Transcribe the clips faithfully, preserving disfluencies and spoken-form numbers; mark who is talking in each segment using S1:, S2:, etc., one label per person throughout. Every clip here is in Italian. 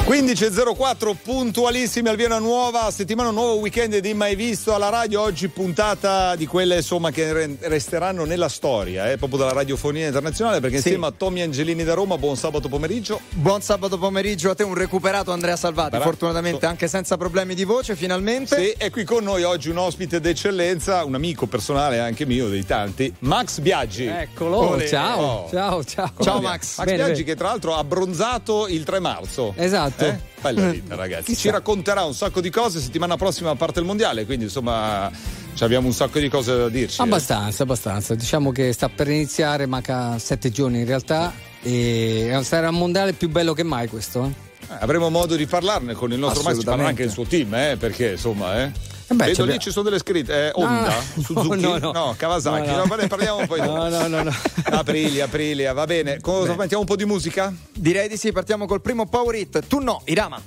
S1: quindici e zero quattro, puntualissimi al via una nuova settimana, un nuovo weekend di Mai Visto alla radio. Oggi puntata di quelle insomma che re- resteranno nella storia, eh, proprio della radiofonia internazionale, perché
S2: sì.
S1: insieme a Tommy Angelini da Roma, buon sabato pomeriggio.
S2: Buon sabato pomeriggio a te, un recuperato Andrea Salvati, Però, fortunatamente so. anche senza problemi di voce finalmente.
S1: Sì, e qui con noi oggi un ospite d'eccellenza, un amico personale anche mio dei tanti, Max Biaggi.
S3: Eccolo,
S1: Olè.
S3: ciao,
S1: Oh.
S3: ciao, ciao.
S1: Ciao Max. Max
S3: bene,
S1: Biaggi
S3: bene.
S1: che tra l'altro ha abbronzato il tre marzo.
S3: Esatto.
S1: Eh? Bella vita, ragazzi. Ci racconterà un sacco di cose. Settimana prossima parte il mondiale, quindi insomma abbiamo un sacco di cose da dirci.
S3: Abbastanza, eh. abbastanza. Diciamo che sta per iniziare, manca sette giorni in realtà. E sarà un mondiale più bello che mai questo. Eh?
S1: Eh, avremo modo di parlarne con il nostro Max, ci parlerà anche il suo team, eh, perché insomma, eh.
S3: Eh beh,
S1: vedo lì ci sono delle scritte, eh, Honda,
S3: no,
S1: Suzuki,
S3: no, no.
S1: no, Kawasaki,
S3: no, no.
S1: no, ne parliamo poi.
S3: No, no, no, no.
S1: Aprilia, Aprilia, va bene. Cosa
S2: Beh.
S1: mettiamo un po' di musica?
S2: Direi di sì, partiamo col primo Power Hit. Tu no, Irama.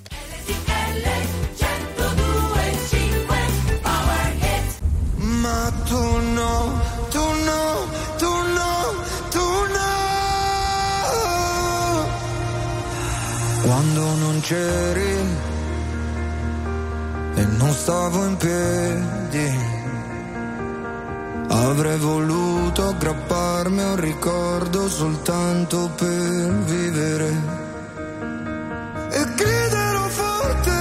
S4: Ma tu no, tu no, tu no, tu no. Quando non c'eri e non stavo in piedi, avrei voluto aggrapparmi a un ricordo soltanto per vivere e griderò forte,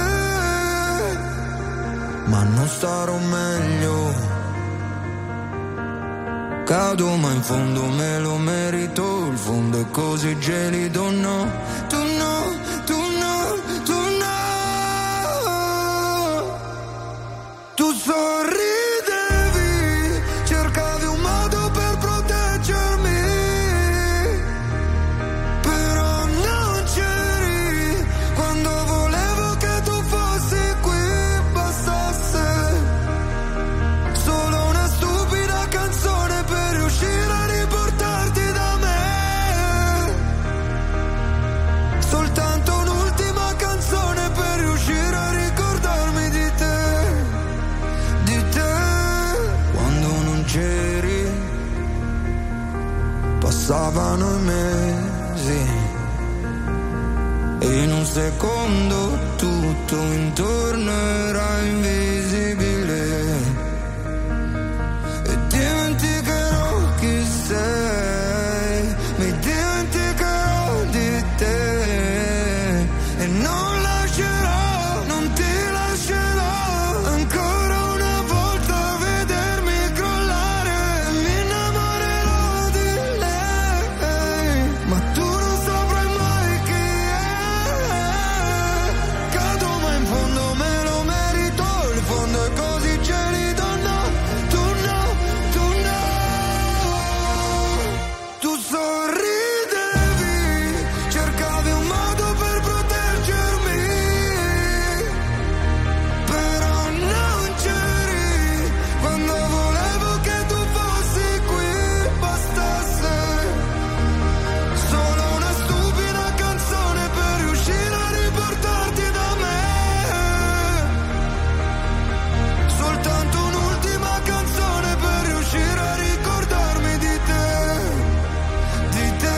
S4: ma non starò meglio. Cado ma in fondo me lo merito, il fondo è così gelido, no, tu no, tu no, tu no. Tu sorridevi, cercavi un modo per proteggermi, però non c'eri quando volevo che tu fossi qui, bastasse solo una stupida canzone per riuscire a riportarti da me, soltanto un'ultima canzone per riuscire a ricordarmi di te, di te. Quando non c'eri passavano i mesi e in un secondo tutto intorno era invisibile e dimenticherò chi sei, mi dimenticherò di te e non lascerò, non ti lascerò ancora una volta vedermi crollare, mi innamorerò di lei, ma tu non saprai mai chi è. Cado ma in fondo me lo merito, il fondo è così gelido, no, tu no, tu no. Tu sorridevi, cercavi un modo per proteggermi, però non c'eri quando volevo che tu fossi qui, bastasse solo una stupida canzone per riuscire a riportarti da me, soltanto un'ultima canzone per riuscire a ricordarmi di te, di te.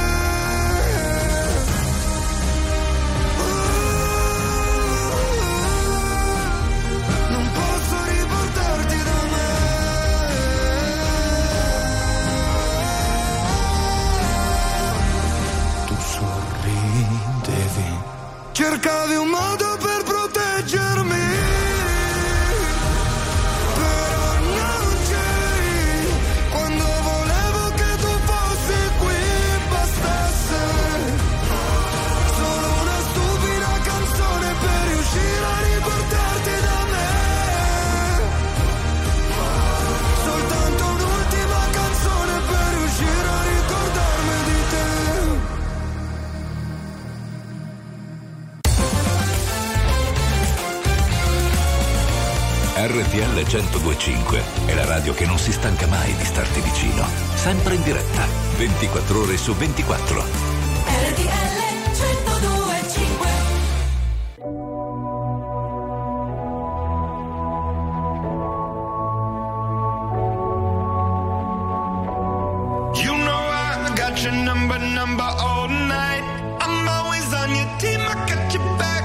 S4: Non posso riportarti da me. Tu sorridevi, cercavi un modo per proteggermi, però non c'eri quando volevo che tu fossi qui, bastasse solo una stupida canzone per riuscire a riportarti da me, soltanto un'ultima canzone per riuscire a ricordarmi di te.
S5: R T L centodue e cinque è la radio che non si stanca mai di starti vicino, sempre in diretta, ventiquattro ore su ventiquattro.
S6: R T L centodue e cinque.
S4: You know I got your number, number all night. I'm always on your team, I got your back.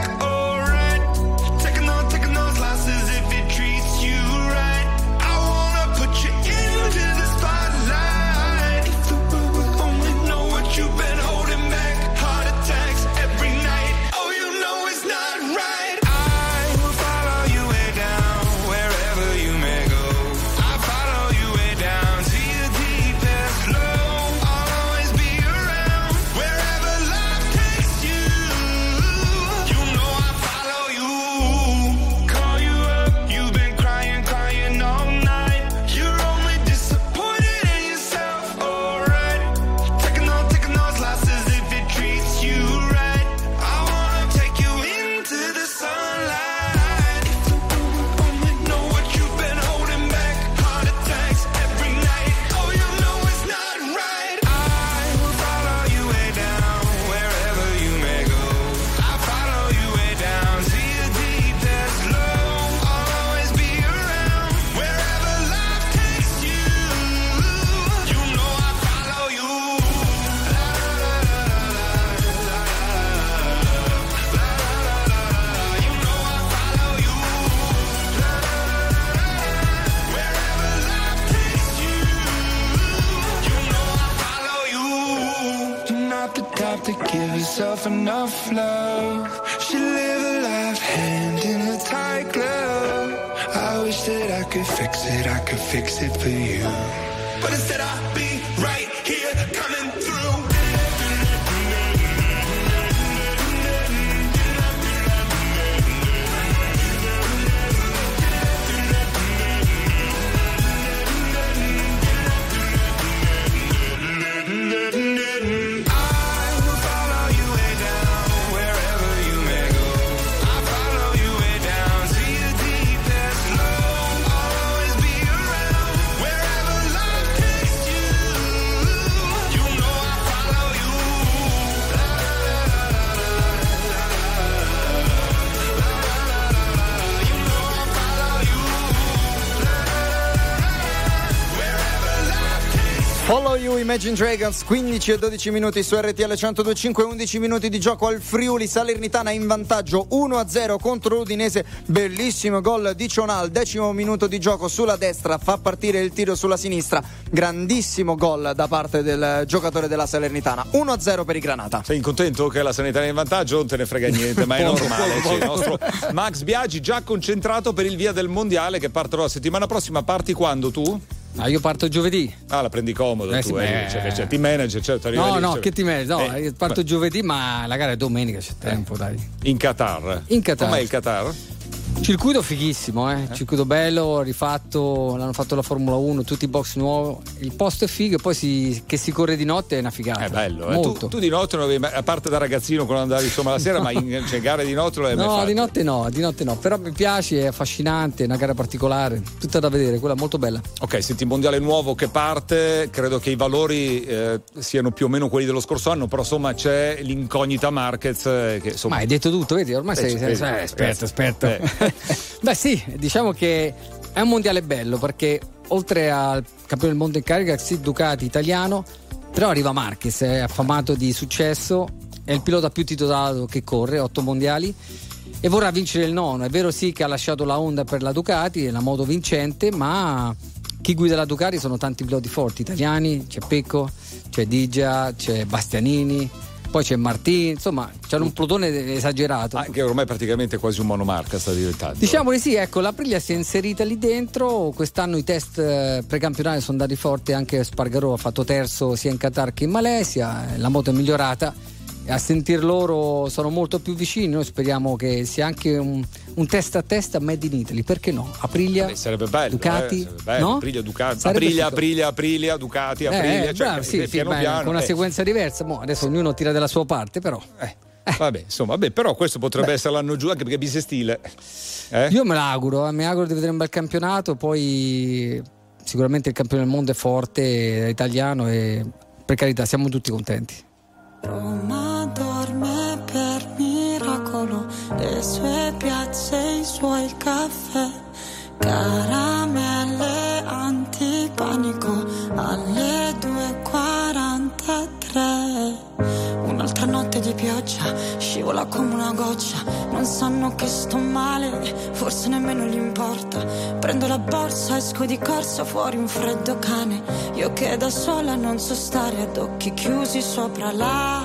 S4: stop to give herself enough love. She live a life hand in a tight glove. I wish that I could fix it, I could fix it for you. But instead I'll be right here coming through.
S2: Follow You, Imagine Dragons, quindici e dodici minuti su R T L centodue e cinque, undici minuti di gioco al Friuli. Salernitana in vantaggio uno a zero contro l'Udinese. Bellissimo gol di Cional, decimo minuto di gioco sulla destra, fa partire il tiro sulla sinistra. Grandissimo gol da parte del giocatore della Salernitana. uno a zero per i Granata.
S1: Sei contento che la Salernitana è in vantaggio? Non te ne frega niente, ma è normale. Sì, il nostro Max Biaggi già concentrato per il via del mondiale che partono la settimana prossima. Parti quando tu?
S3: Ah, io parto giovedì.
S1: Ah, la prendi comodo
S3: eh,
S1: tu,
S3: sì,
S1: eh,
S3: eh,
S1: cioè, cioè, team manager, certo.
S3: No,
S1: lì,
S3: no,
S1: cioè,
S3: che team manager? No,
S1: eh,
S3: io parto
S1: beh.
S3: giovedì, ma la gara è domenica, c'è tempo, dai.
S1: In Qatar.
S3: In Qatar.
S1: Com'è il Qatar?
S3: Circuito fighissimo, eh? Circuito bello, rifatto, l'hanno fatto la Formula uno, tutti i box nuovi. Il posto è figo e poi si, che si corre di notte è una figata.
S1: È bello, eh.
S3: Molto.
S1: Tu, tu di notte non avevi mai, a parte da ragazzino quando andavi insomma la sera, ma in cioè, gare di notte non le hai
S3: No,
S1: mai fatte?
S3: di notte no, di notte no, però mi piace, è affascinante, è una gara particolare, tutta da vedere, quella molto bella.
S1: Ok, senti, mondiale nuovo che parte, credo che i valori eh, siano più o meno quelli dello scorso anno, però insomma c'è l'incognita Marquez eh, che insomma...
S3: Ma hai detto tutto, vedi, ormai
S1: Eh,
S3: sei,
S1: vedi,
S3: sei, sei esperto, esperto.
S1: Eh.
S3: Beh sì, diciamo che è un mondiale bello perché oltre al campione del mondo in carica, sì, Ducati italiano, però arriva Marquez, è affamato di successo, è il pilota più titolato che corre, otto mondiali, e vorrà vincere il nono. È vero sì che ha lasciato la Honda per la Ducati, è la moto vincente, ma chi guida la Ducati sono tanti piloti forti italiani, c'è Pecco, c'è Digia, c'è Bastianini, poi c'è Martin, insomma c'è un plotone esagerato.
S1: Anche ormai praticamente quasi un monomarca sta diventando.
S3: Diciamo di sì, ecco, l'Aprilia si è inserita lì dentro. Quest'anno i test eh, precampionali sono andati forti, anche Spargarò ha fatto terzo sia in Qatar che in Malesia, la moto è migliorata e a sentir loro sono molto più vicini. Noi speriamo che sia anche un, un testa a testa made in Italy, perché no? Aprilia,
S1: Beh, sarebbe bello,
S3: Ducati,
S1: eh, sarebbe bello.
S3: no?
S1: Aprilia, Ducati,
S3: Sarebbe
S1: Aprilia,
S3: figo.
S1: Aprilia, Aprilia, Ducati, Aprilia,
S3: eh,
S1: cioè,
S3: bravo, sì,
S1: eh,
S3: sì,
S1: piano
S3: beh,
S1: piano,
S3: con una
S1: eh.
S3: sequenza diversa. Mo, adesso ognuno tira della sua parte, però.
S1: Eh. Vabbè, insomma, vabbè, però questo potrebbe beh. essere l'anno giù, anche perché bisestile. Eh?
S3: Io me l'auguro, eh, mi auguro di vedere un bel campionato, poi sicuramente il campione del mondo è forte, è italiano e per carità siamo tutti contenti.
S7: Roma dorme per miracolo, le sue piazze, i suoi caffè, caramelle antipanico alle due e quarantatré. Un'altra notte di pioggia, scivola come una goccia, non sanno che sto male, forse nemmeno gli importa. Prendo la borsa, esco di corsa, fuori un freddo cane, io che da sola non so stare ad occhi chiusi sopra la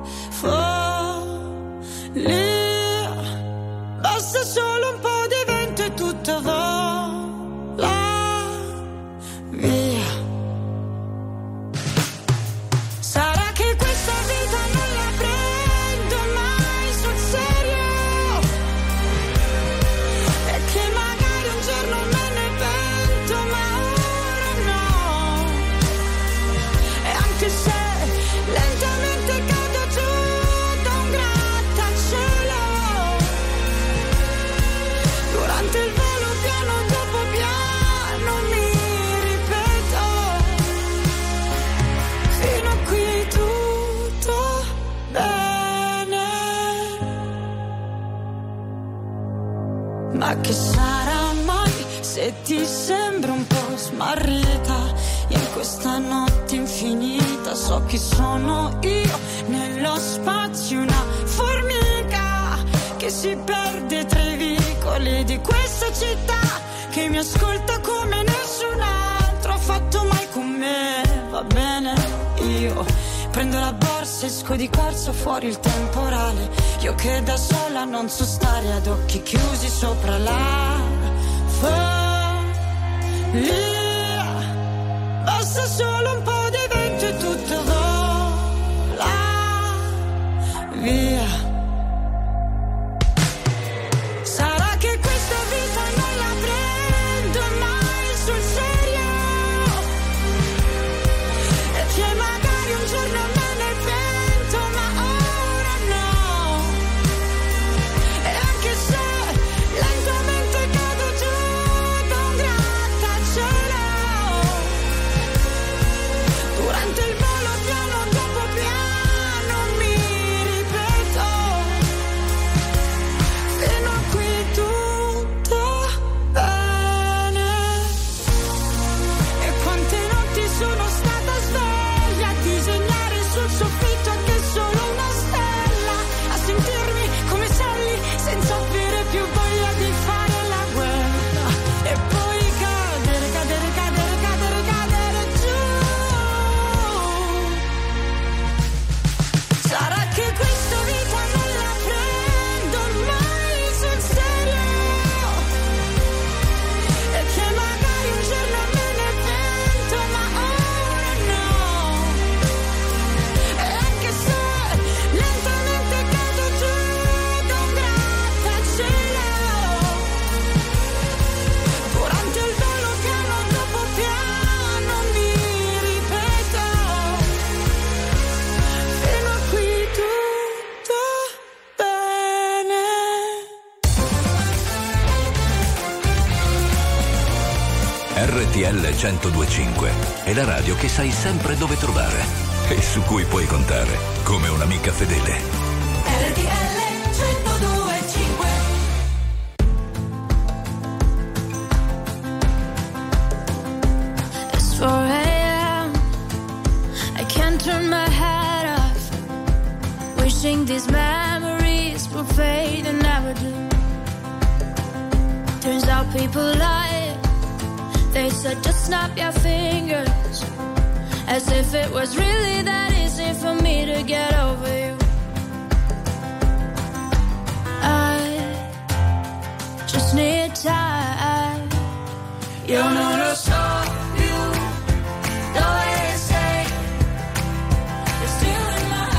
S7: follia. Basta solo un po' di vento e tutto vola via. Sarà che questa vita non la prendo mai sul serio, e che magari un giorno me ne pento, ma ora no. E anche se lentamente cado giù da un grattacielo, durante il volo piano dopo piano mi ripeto, fino a qui tutto bene. Ma che sarà mai se ti sembra un po' smarrita in questa notte infinita? So chi sono io nello spazio, una formica che si perde tra i vicoli di questa città, che mi ascolta come nessun altro ha fatto mai con me. Va bene, io Prendo la borsa, esco di corsa, fuori il temporale. Io che da sola non so stare, ad occhi chiusi sopra la follia. Basta solo un po' di vento e tutto vola via. Sarà che questa vita non la prendo mai sul serio, e che magari un giorno me ne pento, ma ora no. E anche se lentamente cado giù da un grattacielo, durante il volo piano dopo piano mi ripeto, fino a qui tutto bene. E quante notti sono stata sveglia a disegnare sul soffitto anche solo una stella, a sentirmi come Sally senza avere più voglia di fare la guerra, e poi cadere, cadere, cadere, cadere, cadere giù. Sarà che questa vita non la prendo mai sul serio, e che magari un giorno me ne pento, ma ora no. E anche se lentamente cado giù da un grattacielo, durante il volo piano dopo piano mi ripeto, fino a qui tutto bene.
S5: R T L centodue e cinque è la radio che sai sempre dove trovare e su cui puoi contare come un'amica fedele.
S6: R T L centodue e cinque.
S7: It's four a.m. I can't turn my head off, wishing these memories will fade and never do. Turns out people lie. They said just snap your fingers, as if it was really that easy for me to get over you. I just need time. Io non lo so più dove sei. You're still in my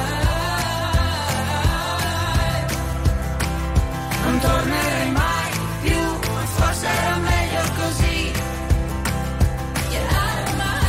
S7: heart. Non tornerei mai più, ma forse era meglio così. Get out of my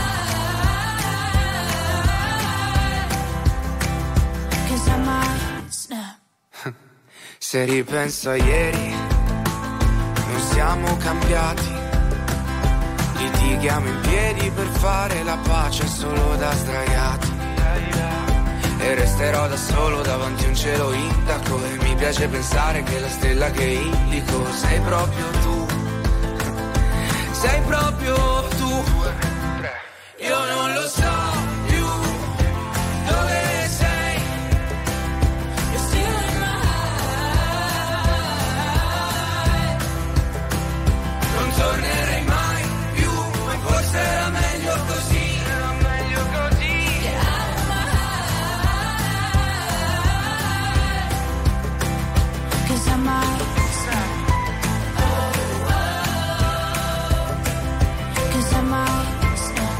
S7: heart, 'cause I might snap.
S8: Se ripenso a ieri, non siamo cambiati. Litighiamo in piedi per fare la pace solo da sdraiati. E resterò da solo davanti a un cielo intaco, e mi piace pensare che la stella che indico sei proprio tu. Sei proprio tu. Io non lo so più dove sei.
S7: You're still in my heart.
S8: Non tornerei mai più, ma forse era meglio così. Era meglio così.
S7: Get out of my heart, 'cause I might snap. Oh, oh, 'cause I might snap.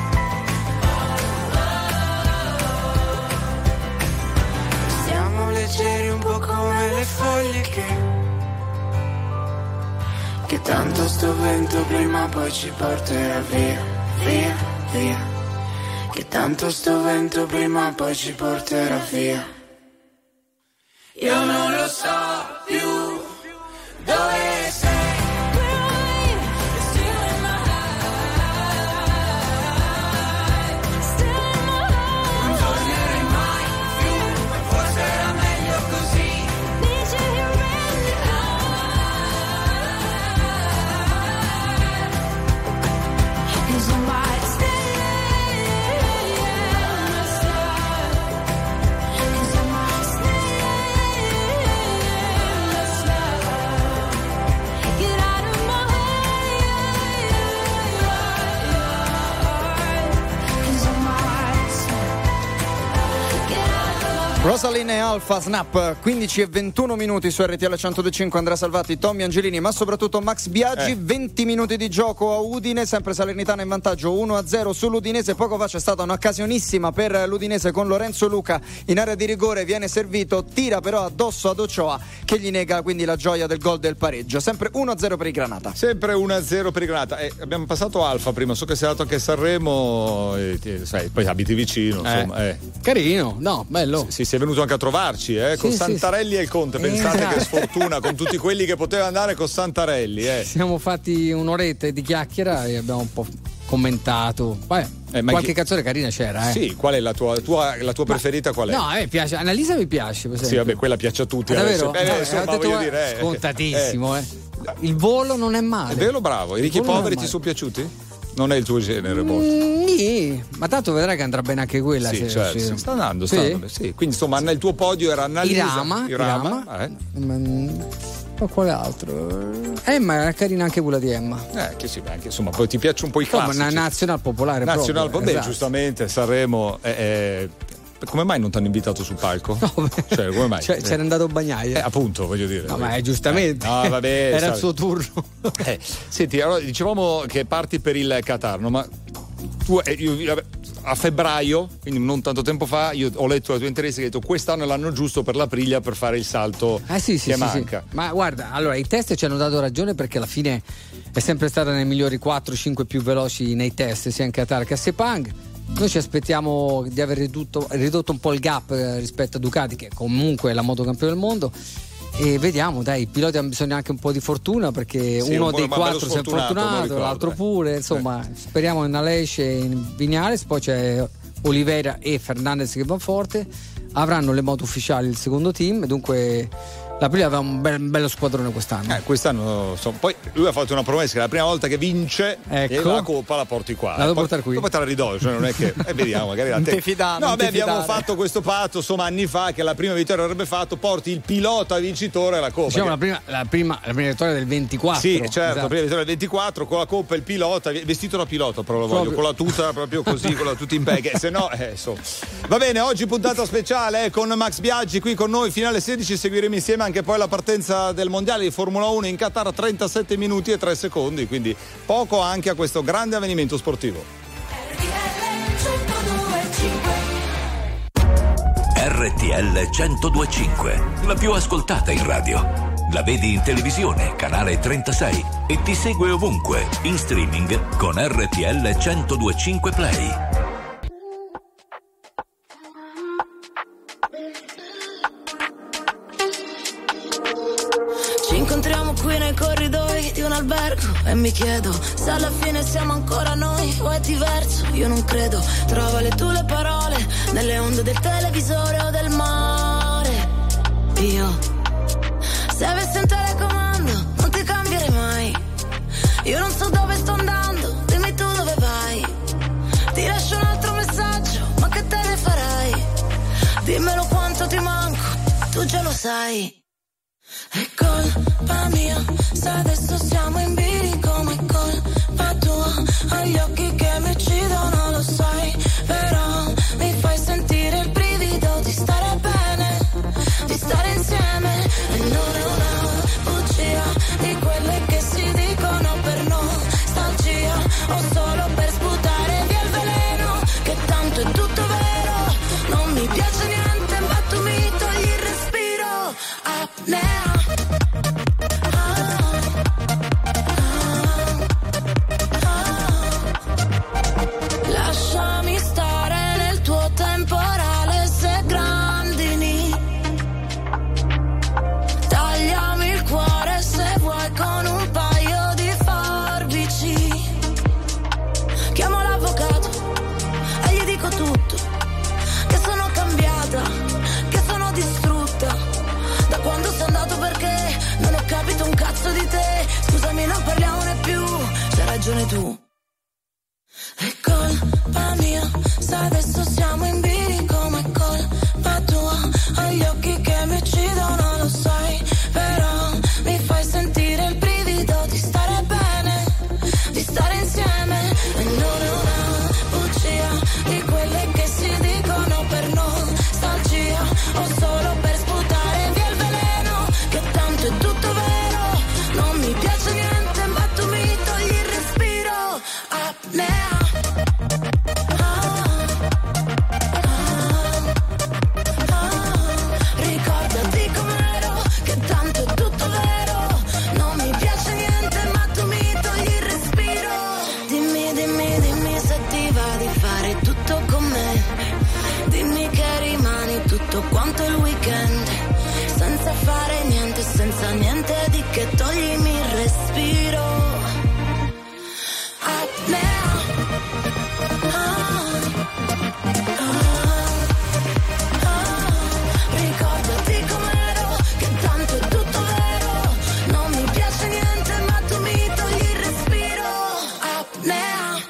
S8: Stiamo leggeri un po' come le foglie che Che tanto sto vento prima o poi ci porterà via, via, via. Che tanto sto vento prima o poi ci porterà via. Io non lo so più dove sei.
S7: You're still in my heart. Still in my heart.
S8: Non tornerei mai più, ma forse era meglio così.
S7: Need you here right now. 'Cause I might stay in the sun. 'Cause I might stay in the sun.
S2: Rosaline e Alpha Snap, quindici e ventuno minuti su R T L centodue e cinque. Andrea Salvati, Tommy Angelini, ma soprattutto Max Biaggi. eh. venti minuti di gioco a Udine, sempre Salernitana in vantaggio uno a zero sull'Udinese. Poco fa c'è stata un'occasionissima per l'Udinese con Lorenzo Luca in area di rigore, viene servito, tira però addosso ad Ochoa che gli nega quindi la gioia del gol del pareggio. Sempre uno a zero per i Granata.
S1: Sempre uno a zero per i Granata. Eh, abbiamo passato Alfa prima, so che sei andato anche a Sanremo, eh, ti, sai, poi abiti vicino, insomma.
S3: Eh.
S1: Eh.
S3: Carino, no, bello.
S1: Sì, sì, sei venuto anche a trovarci, eh, con
S3: Sì,
S1: Santarelli
S3: sì.
S1: e il Conte. Pensate
S3: Esatto.
S1: che sfortuna con tutti quelli che poteva andare con Santarelli. Eh.
S3: Siamo fatti un'oretta di chiacchiera e abbiamo un po' commentato. Vabbè,
S1: Eh, ma
S3: qualche
S1: chi-
S3: canzone carina c'era, eh.
S1: Sì, qual è la tua, tua, la tua preferita? Qual è?
S3: No, a me piace, Annalisa mi piace, per
S1: Sì,
S3: esempio.
S1: vabbè, quella piace a tutti.
S3: Ah,
S1: adesso.
S3: davvero?
S1: Eh,
S3: Eh,
S1: insomma,
S3: ho detto,
S1: voglio
S3: eh,
S1: dire, eh.
S3: scontatissimo, eh. Il volo non è male.
S1: È vero, bravo. I
S3: Il
S1: Ricchi
S3: volo non è
S1: Poveri ti
S3: male.
S1: sono piaciuti? Non è il tuo genere, molto.
S3: Mm, sì, ma tanto vedrai che andrà bene anche quella.
S1: Sì,
S3: se-
S1: certo,
S3: se-
S1: sì, sta andando, sta
S3: Sì?
S1: andando. Sì. Quindi insomma nel tuo podio era Annalisa,
S3: Irama,
S1: Irama,
S3: Irama.
S1: eh.
S3: Mm, poi quale altro? Emma, era carina anche quella di Emma.
S1: Eh, che sì, beh, anche, insomma, poi ti piace un po' i
S3: Insomma,
S1: classici.
S3: una nazional popolare
S1: Nazional,
S3: proprio.
S1: vabbè,
S3: esatto.
S1: giustamente Sanremo. eh, eh, come mai non ti hanno invitato sul palco?
S3: No, beh,
S1: Cioè, come mai?
S3: cioè,
S1: Eh.
S3: c'era andato Bagnaia.
S1: Eh, appunto, voglio dire.
S3: No, ma è giustamente.
S1: Eh, no, vabbè,
S3: era
S1: sai.
S3: il suo turno.
S1: Eh, senti, allora dicevamo che parti per il Qatar, no? Ma tu eh, io, vabbè, a febbraio, quindi non tanto tempo fa, io ho letto la tua intervista e hai detto quest'anno è l'anno giusto per l'Aprilia per fare il salto
S3: Eh sì, sì,
S1: che
S3: sì,
S1: manca.
S3: sì. Ma guarda, allora i test ci hanno dato ragione perché alla fine è sempre stata nei migliori quattro cinque più veloci nei test, sia in Qatar che a Sepang. Noi ci aspettiamo di aver ridotto, ridotto un po' il gap eh, rispetto a Ducati, che comunque è la motocampione del mondo. E vediamo, dai, i piloti hanno bisogno anche un po' di fortuna perché
S1: Sì,
S3: uno
S1: un po',
S3: dei
S1: ma bello
S3: quattro si è
S1: sfortunato, me lo
S3: infortunato,
S1: ricordo,
S3: l'altro
S1: eh.
S3: pure. Insomma, speriamo in Aleix e in Vignales, poi c'è Oliveira e Fernandez che va forte. Avranno le moto ufficiali il secondo team, dunque l'Aprilia aveva un, bel, un bello squadrone quest'anno.
S1: Eh, quest'anno so, poi lui ha fatto una promessa che la prima volta che vince
S3: Ecco.
S1: e la coppa la porti qua.
S3: La devo
S1: poi,
S3: portare qui.
S1: Poi te la ridò, cioè non è che eh, vediamo, magari la
S2: Non
S1: te.
S2: ti fidare,
S1: No,
S2: non
S1: beh,
S2: ti
S1: abbiamo
S2: fidare.
S1: fatto questo patto insomma anni fa che la prima vittoria avrebbe fatto porti il pilota vincitore alla coppa.
S3: Diciamo
S1: Che-
S3: la prima, la, prima, la prima vittoria del ventiquattro.
S1: Sì, certo,
S3: esatto.
S1: la prima vittoria del ventiquattro con la coppa il pilota, vestito da pilota però lo voglio,
S3: Proprio.
S1: con la tuta proprio così, con la tuta in peghe, se no, eh, insomma. Va bene, oggi puntata speciale eh, con Max Biaggi qui con noi, finale sedici, seguiremo insieme anche poi la partenza del mondiale di Formula uno in Qatar, trentasette minuti e tre secondi, quindi poco anche a questo grande avvenimento sportivo.
S5: R T L centodue e cinque, la più ascoltata in radio. La vedi in televisione, canale trentasei e ti segue ovunque, in streaming con R T L centodue e cinque Play.
S7: Ci incontriamo qui nei corridoi di un albergo e mi chiedo se alla fine siamo ancora noi o è diverso, io non credo. Trova le tue parole nelle onde del televisore o del mare. Io, se avessi un telecomando, non ti cambierei mai. Io non so dove sto andando, dimmi tu dove vai. Ti lascio un altro messaggio, ma che te ne farai? Dimmelo quanto ti manco, tu già lo sai. È colpa mia, se adesso siamo in bilico, ma è colpa tua. Ho gli occhi che mi uccidono, lo sai, però mi fai sentire il brivido di stare bene, di stare insieme. E non è una bugia di quelle che si dicono per nostalgia, o solo per sputare via il veleno, che tanto è tutto vero. Non mi piace niente, ma tu mi togli il respiro. Apnea. Lasciami stare nel tuo temporale se grandini. Tagliami il cuore se vuoi con un paio di forbici. Chiamo l'avvocato e gli dico tutto, che sono cambiata, che sono distrutta da quando sei andato, perché non ho capito un cazzo di te. Scusami, non parliamone più, c'hai ragione tu. È colpa mia, se adesso siamo in bilico, ma è colpa tua. Ho gli occhi che mi uccidono, lo sai, però mi fai sentire il brivido di stare bene, di stare insieme. E non è una bugia di quelle che si dicono per nostalgia, tutto con me. Dimmi che rimani tutto quanto il weekend, senza fare niente, senza niente di che, toglimi il respiro. Apnea. Ah, ah, ah. Ricordati com'ero, che tanto è tutto vero. Non mi piace niente, ma tu mi togli il respiro. Apnea.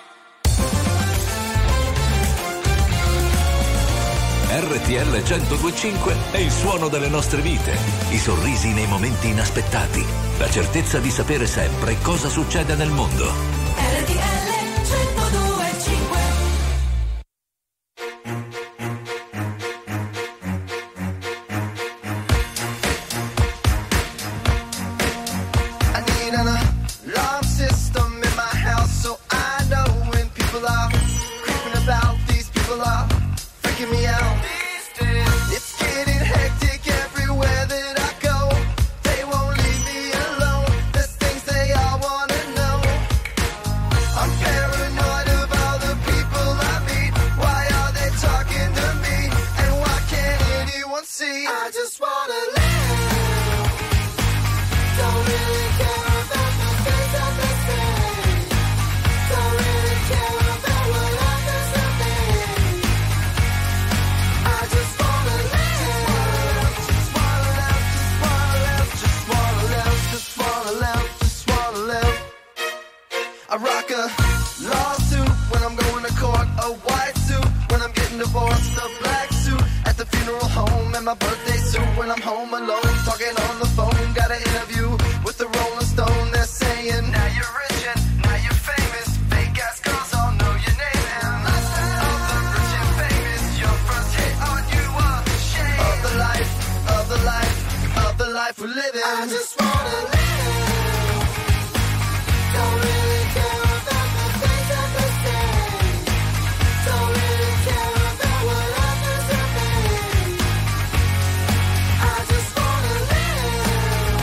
S5: R T L centodue e cinque è il suono delle nostre vite, i sorrisi nei momenti inaspettati, la certezza di sapere sempre cosa succede nel mondo.
S6: R T L centodue e cinque.
S9: I need an alarm system in my house so I know when people are creeping about. These people are freaking me out. It's getting hectic everywhere that I go. They won't leave me alone. There's things they all wanna know. I'm paranoid of all the people I meet. Why are they talking to me? And why can't anyone see? I just wanna live. Don't really care about the things that they say. Don't really care about what others are saying. I just wanna live. Just wanna live, just wanna live, just wanna live, just wanna live, just wanna live. I rock a lawsuit when I'm going to court, a white suit when I'm getting divorced, a black suit at the funeral home, and my birthday suit when I'm home alone, talking on the phone. Got an interview with the Rolling Stone. They're saying, now you're rich and now you're famous. Fake ass girls all know your name. And of the rich and famous, your first hit on you are shame of the life, of the life, of the life we're living. I just wanna live. Don't really care about the things that they say. Don't really care about what others are saying. I just wanna live.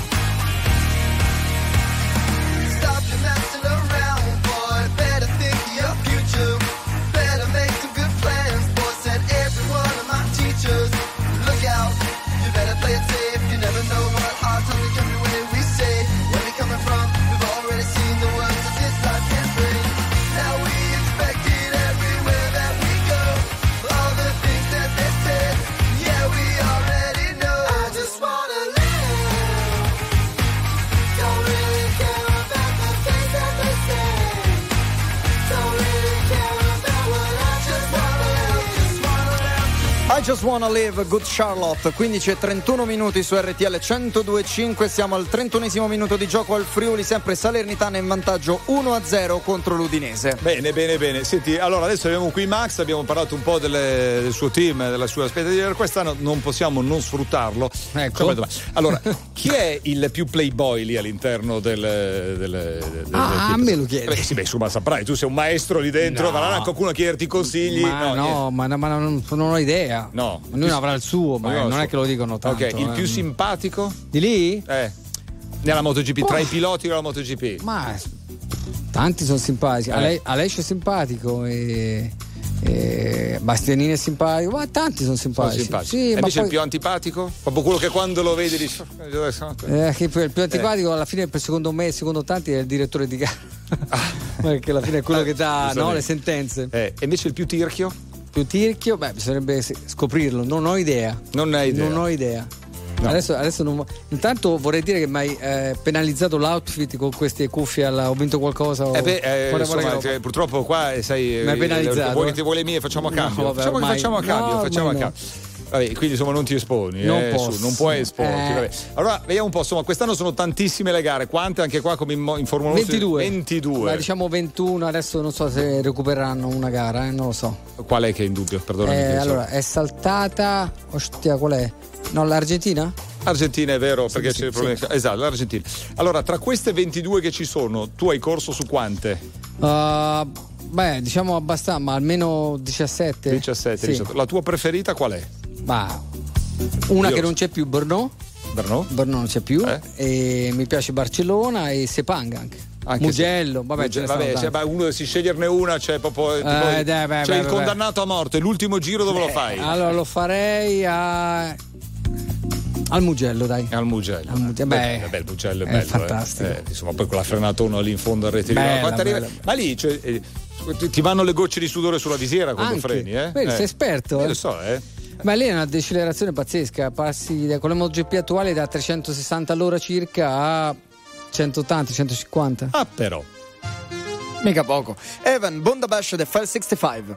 S9: Stop your messing around, boy. Better think of your future. Better make some good plans, boy. Said every one of my teachers. Look out, you better play it safe. You never know what hard times will come your way. We say, where we coming from? We've already seen the worst that this life can bring. Now we expect it everywhere that we go. All the things that they said, yeah, we already know. I just wanna live. Don't really care about the things that they say. Don't really care about what I just wanna live. Just wanna live.
S2: I Just Wanna Live, Good Charlotte. Quindici e trentuno minuti su R T L centodue e cinque. Siamo al trentunesimo minuto di gioco al Friuli, sempre Salernitana in vantaggio uno a zero contro l'Udinese.
S1: Bene, bene, bene. Senti, allora adesso abbiamo qui Max, abbiamo parlato un po' delle- del suo team, della sua aspettativa per quest'anno, non possiamo non sfruttarlo.
S3: Ecco.
S1: Come domani. Allora, chi è il più playboy lì all'interno del, del, del, del
S3: Ah,
S1: del-
S3: a me lo chiedi.
S1: Beh, sì, beh, insomma, saprai, tu sei un maestro lì dentro,
S3: No.
S1: varrà qualcuno a chiederti consigli.
S3: Ma no, ma, ma non, non ho idea.
S1: No.
S3: Ognuno avrà il suo, ma
S1: Ognuno
S3: non
S1: il
S3: è che lo dicono tanto.
S1: Ok, il
S3: eh.
S1: più simpatico?
S3: Di lì?
S1: Eh. Nella MotoGP, tra i piloti della MotoGP.
S3: Ma tanti sono simpatici.
S1: Eh.
S3: Ale- Alessio è simpatico e, e Bastianini è simpatico, ma tanti sono
S1: Sono
S3: simpatici.
S1: simpatici.
S3: Sì,
S1: e
S3: ma
S1: invece
S3: poi-
S1: il più antipatico? Proprio quello che quando lo vedi dici.
S3: Eh, che poi il più antipatico alla fine, per secondo me e secondo tanti, è il direttore di gara. Perché alla fine è quello che dà,
S1: giustamente.
S3: no, le sentenze.
S1: Eh, e invece il più tirchio?
S3: Più tirchio, beh, bisognerebbe se- scoprirlo. Non ho idea.
S1: Non hai idea.
S3: Non ho idea.
S1: No.
S3: Adesso, adesso non... Intanto vorrei dire che mi hai eh, penalizzato l'outfit con queste cuffie. Alla... Ho vinto qualcosa. O...
S1: Eh beh, eh,
S3: Guarda,
S1: insomma,
S3: guarda che
S1: cioè, purtroppo qua eh, sai.
S3: Mi hai
S1: eh,
S3: penalizzato,
S1: Vuoi
S3: eh.
S1: che ti vuoi le mie? Facciamo a
S3: No,
S1: cambio.
S3: vabbè,
S1: facciamo
S3: ormai-
S1: facciamo a cambio.
S3: no,
S1: facciamo a
S3: ormai
S1: cambio. Vabbè, quindi insomma non ti esponi.
S3: Non
S1: eh,
S3: posso.
S1: su, non puoi esporti.
S3: Eh.
S1: Vabbè. Allora vediamo un po'. Insomma, quest'anno sono tantissime le gare. Quante anche qua come in, mo- in Formula uno?
S3: ventidue.
S1: ventidue.
S3: Ma diciamo ventuno. Adesso non so se recupereranno una gara, eh, non lo so.
S1: Qual è che è in dubbio? Perdonami.
S3: Eh,
S1: che so.
S3: allora, è saltata. Ostia, qual è? No, l'Argentina?
S1: Argentina è vero, perché
S3: sì,
S1: c'è il
S3: sì.
S1: problema. Esatto, l'Argentina. Allora, tra queste ventidue che ci sono, tu hai corso su quante?
S3: Uh, beh, diciamo abbastanza, ma almeno diciassette.
S1: diciassette,
S3: Sì.
S1: diciotto. La tua preferita qual è?
S3: Ma una
S1: Io-
S3: che non c'è più, Brno.
S1: Brno?
S3: Brno non c'è più.
S1: Eh?
S3: E mi piace Barcellona e Sepang anche.
S1: Anche
S3: Mugello,
S1: se,
S3: vabbè,
S1: Mugello,
S3: ce ne
S1: vabbè
S3: sono
S1: cioè, uno si sceglierne una, c'è proprio tipo,
S3: Eh, dai, beh,
S1: c'è
S3: beh,
S1: il
S3: beh.
S1: condannato a morte, l'ultimo giro dove lo fai?
S3: Allora lo farei a al Mugello, dai.
S1: Al Mugello.
S3: Al Mugello.
S1: Beh,
S3: Beh,
S1: beh, il Mugello è,
S3: è
S1: bello.
S3: fantastico.
S1: Eh. Eh, insomma, poi con la frenatona lì in fondo al rettilineo.
S3: Bella,
S1: Quanto arriva-
S3: bella.
S1: Ma lì cioè, eh, ti- ti vanno le gocce di sudore sulla visiera quando
S3: Anche.
S1: freni, eh?
S3: Vedi,
S1: eh.
S3: sei esperto,
S1: Io
S3: eh.
S1: lo so, eh.
S3: Ma lì è una decelerazione pazzesca, passi da, con la MotoGP attuale da trecentosessanta all'ora circa a centottanta centocinquanta.
S1: Ah, però.
S2: Mica poco. Evan, Bonda Bash The File sessantacinque.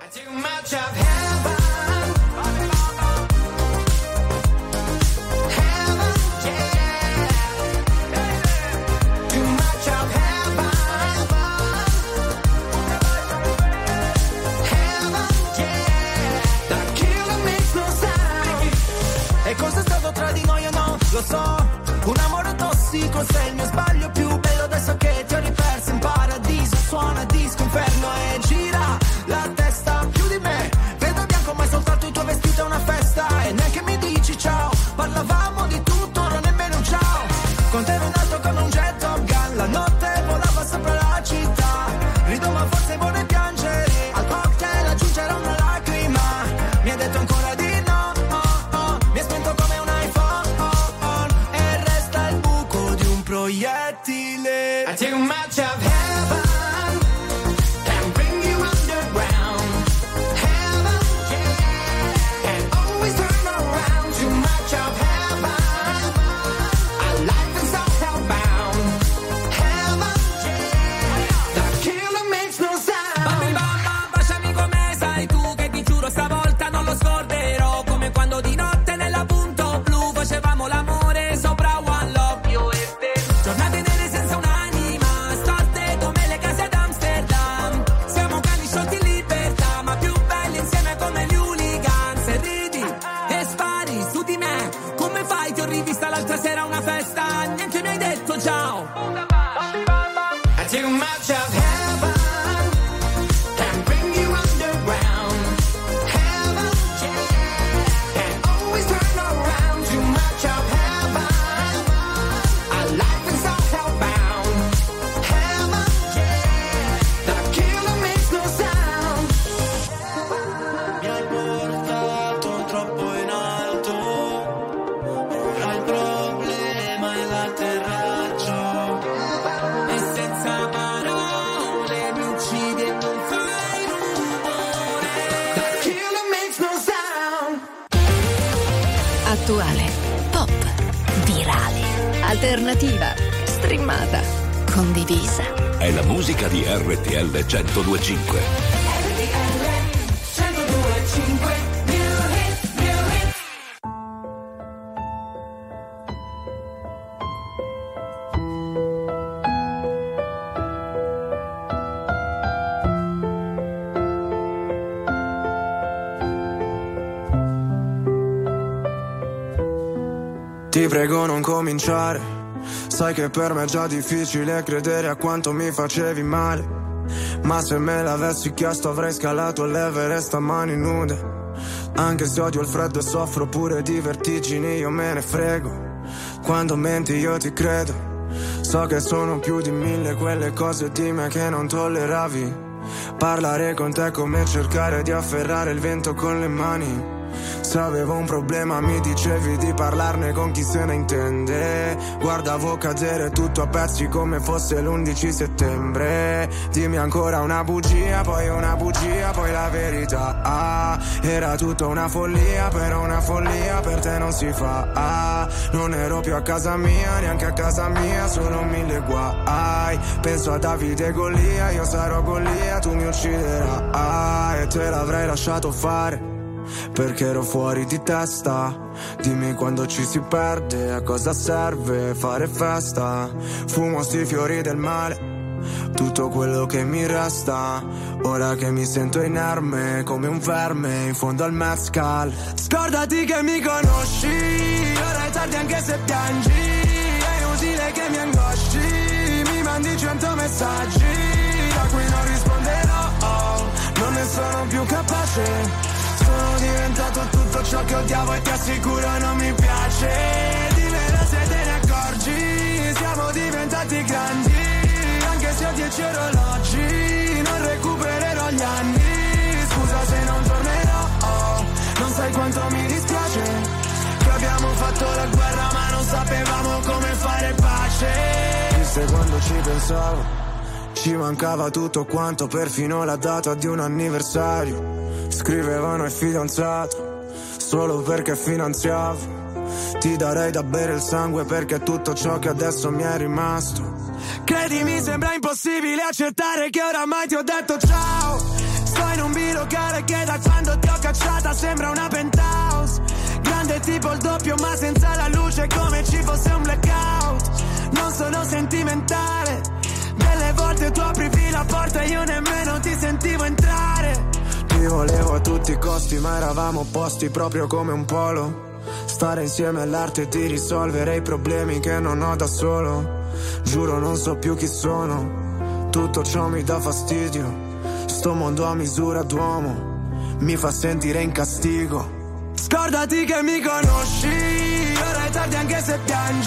S10: E cosa è stato tra di noi o no? Lo so, un amore tossico, sei il mio sbaglio più bello. Adesso che ti ho riperso in paradiso, suona disco inferno e gira la testa più di me. Vedo bianco ma è soltanto il tuo vestito è una festa. E neanche mi dici ciao, parlavamo di tutto, non nemmeno un ciao. Con te ero in alto come un jet Top Gun, la notte volava sopra la città. Rido ma forse vorrei piangere, al cocktail aggiungerò una lacrima. Mi hai detto ancora di no, oh, oh. Mi hai spento come un iPhone, oh, oh. E resta il buco di un proiettile. I too much of heaven can bring you underground. Heaven, yeah, can always turn around. Too much of heaven, our life is so hellbound. Heaven, yeah, the killer makes no sound. Bambi bamba, baciami come sai tu, che ti giuro stavolta non lo scorderò. Come quando di notte nella punto blu facevamo l'amore sopra One Love, io e te. Giornate nere senza un'anima, storte come le case ad Amsterdam. Siamo cani sciolti in libertà, ma più belli insieme come gli hooligans. E ridi e spari su di me, come fai? Ti ho rivista l'altra sera a una festa, neanche mi hai detto ciao. I too much of heaven can bring you underground. Heaven, yeah, can always turn around. Too much of heaven, our life is all hellbound. Heaven, yeah, the killer makes no sound. Mi hai portato troppo in alto, ora il problema è l'atterraggio. E senza parole mi uccidi e non fai rumore. The killer makes no sound.
S11: Attuale, pop, virale, alternativa, streamata, condivisa.
S5: È la musica di R T L centodue e cinque.
S6: centodue e cinque New Hit, New Hit.
S10: Ti prego non cominciare, sai che per me è già difficile credere a quanto mi facevi male. Ma se me l'avessi chiesto avrei scalato l'Everest a mani nude. Anche se odio il freddo e soffro pure di vertigini, io me ne frego. Quando menti io ti credo. So che sono più di mille quelle cose di me che non tolleravi. Parlare con te è come cercare di afferrare il vento con le mani. Se avevo un problema mi dicevi di parlarne con chi se ne intende. Guardavo cadere tutto a pezzi come fosse l'undici settembre. Dimmi ancora una bugia, poi una bugia, poi la verità. Ah, era tutta una follia, però una follia per te non si fa. Ah, non ero più a casa mia, neanche a casa mia, solo mille guai. Penso a Davide e Golia, io sarò Golia, tu mi ucciderai. Ah, e te l'avrei lasciato fare perché ero fuori di testa. Dimmi quando ci si perde, a cosa serve fare festa. Fumo sti fiori del male, tutto quello che mi resta. Ora che mi sento inerme come un verme in fondo al mezcal. Scordati che mi conosci, ora è tardi anche se piangi. È inutile che mi angosci, mi mandi cento messaggi a cui non risponderò. Non ne sono più capace. Sono diventato tutto ciò che odiavo e ti assicuro non mi piace. Dimmelo se te ne accorgi, siamo diventati grandi, anche se dieci orologi, non recupererò gli anni. Scusa se non tornerò, oh, non sai quanto mi dispiace che abbiamo fatto la guerra ma non sapevamo come fare pace. Chissà quando ci pensavo, ci mancava tutto quanto, perfino la data di un anniversario. Scrivevano il fidanzato solo perché finanziavo. Ti darei da bere il sangue perché è tutto ciò che adesso mi è rimasto. Credimi, sembra impossibile accettare che oramai ti ho detto ciao. Sto in un bilocale che da quando ti ho cacciata sembra una penthouse. Grande tipo il doppio ma senza la luce, come ci fosse un blackout. Non sono sentimentale, delle volte tu aprivi la porta e io nemmeno ti sentivo entrare. Ti volevo a tutti i costi ma eravamo opposti proprio come un polo. Stare insieme all'arte di risolvere i problemi che non ho da solo. Giuro non so più chi sono, tutto ciò mi dà fastidio. Sto mondo a misura d'uomo mi fa sentire in castigo. Scordati che mi conosci, ora è tardi anche se piangi.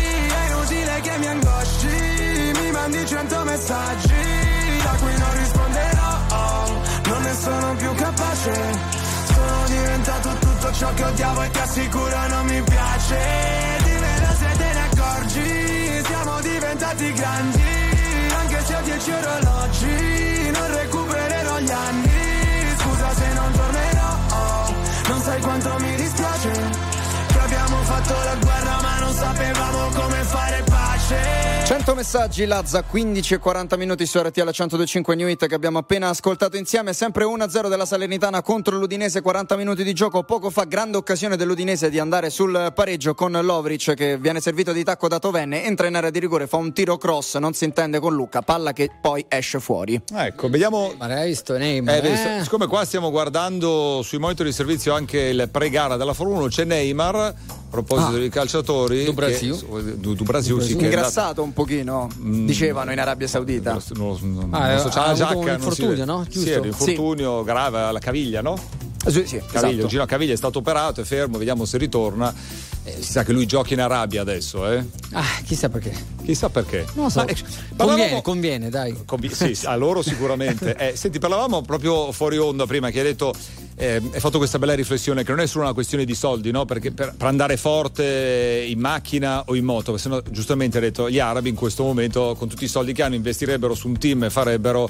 S10: È inutile che mi angosci, mi mandi cento messaggi da cui non risponderò, oh, non ne sono più capace. Sono diventato tutto ciò che odiavo e ti assicuro non mi piace. Dimmelo se te ne accorgi, siamo diventati grandi. Anche se ho dieci orologi, non recupererò gli anni. Scusa se non tornerò, oh, non sai quanto mi dispiace che abbiamo fatto la guerra ma non sapevamo come fare pace.
S2: cento messaggi, Lazza, quindici e quaranta minuti su R T L centodue e cinque New Hit che abbiamo appena ascoltato insieme. Sempre uno a zero della Salernitana contro l'Udinese, quaranta minuti di gioco. Poco fa grande occasione dell'Udinese di andare sul pareggio con Lovric che viene servito di tacco da Tovenne, entra in area di rigore, fa un tiro cross, non si intende con Luca, palla che poi esce fuori.
S1: Ecco, vediamo.
S3: Ma hai visto Neymar?
S1: Eh, visto.
S3: Eh.
S1: Siccome qua stiamo guardando sui monitor di servizio anche il pre-gara della Formula uno, c'è Neymar. A proposito
S2: Ah.
S1: dei calciatori,
S3: Du Brasil.
S1: che, du, du Brasil, sì, che è
S2: Ingrassato un pochino,
S1: Mm.
S2: dicevano in Arabia Saudita.
S1: Non lo, non,
S3: Ah,
S1: non so, c'ha
S3: ha
S1: la
S3: avuto
S1: giacca,
S3: un
S1: non si
S3: infortunio,
S1: vede.
S3: no?
S1: Sì,
S3: Giusto?
S1: è un infortunio grave alla caviglia, no?
S2: Sì, sì,
S1: Caviglia,
S2: esatto.
S1: Gino Caviglia è stato operato, è fermo, vediamo se ritorna. Eh, si sa che lui gioca in Arabia adesso, eh?
S3: Ah, chissà perché.
S1: Chissà perché.
S3: Non lo so.
S1: Ma, eh,
S3: Conviene,
S1: parlavamo-
S3: conviene, dai.
S1: Convi- sì, sì, a loro sicuramente. Eh, senti, parlavamo proprio fuori onda prima che hai detto, eh, hai fatto questa bella riflessione che non è solo una questione di soldi, no? Perché per, per andare forte in macchina o in moto, se no, giustamente hai detto, gli arabi in questo momento con tutti i soldi che hanno investirebbero su un team e farebbero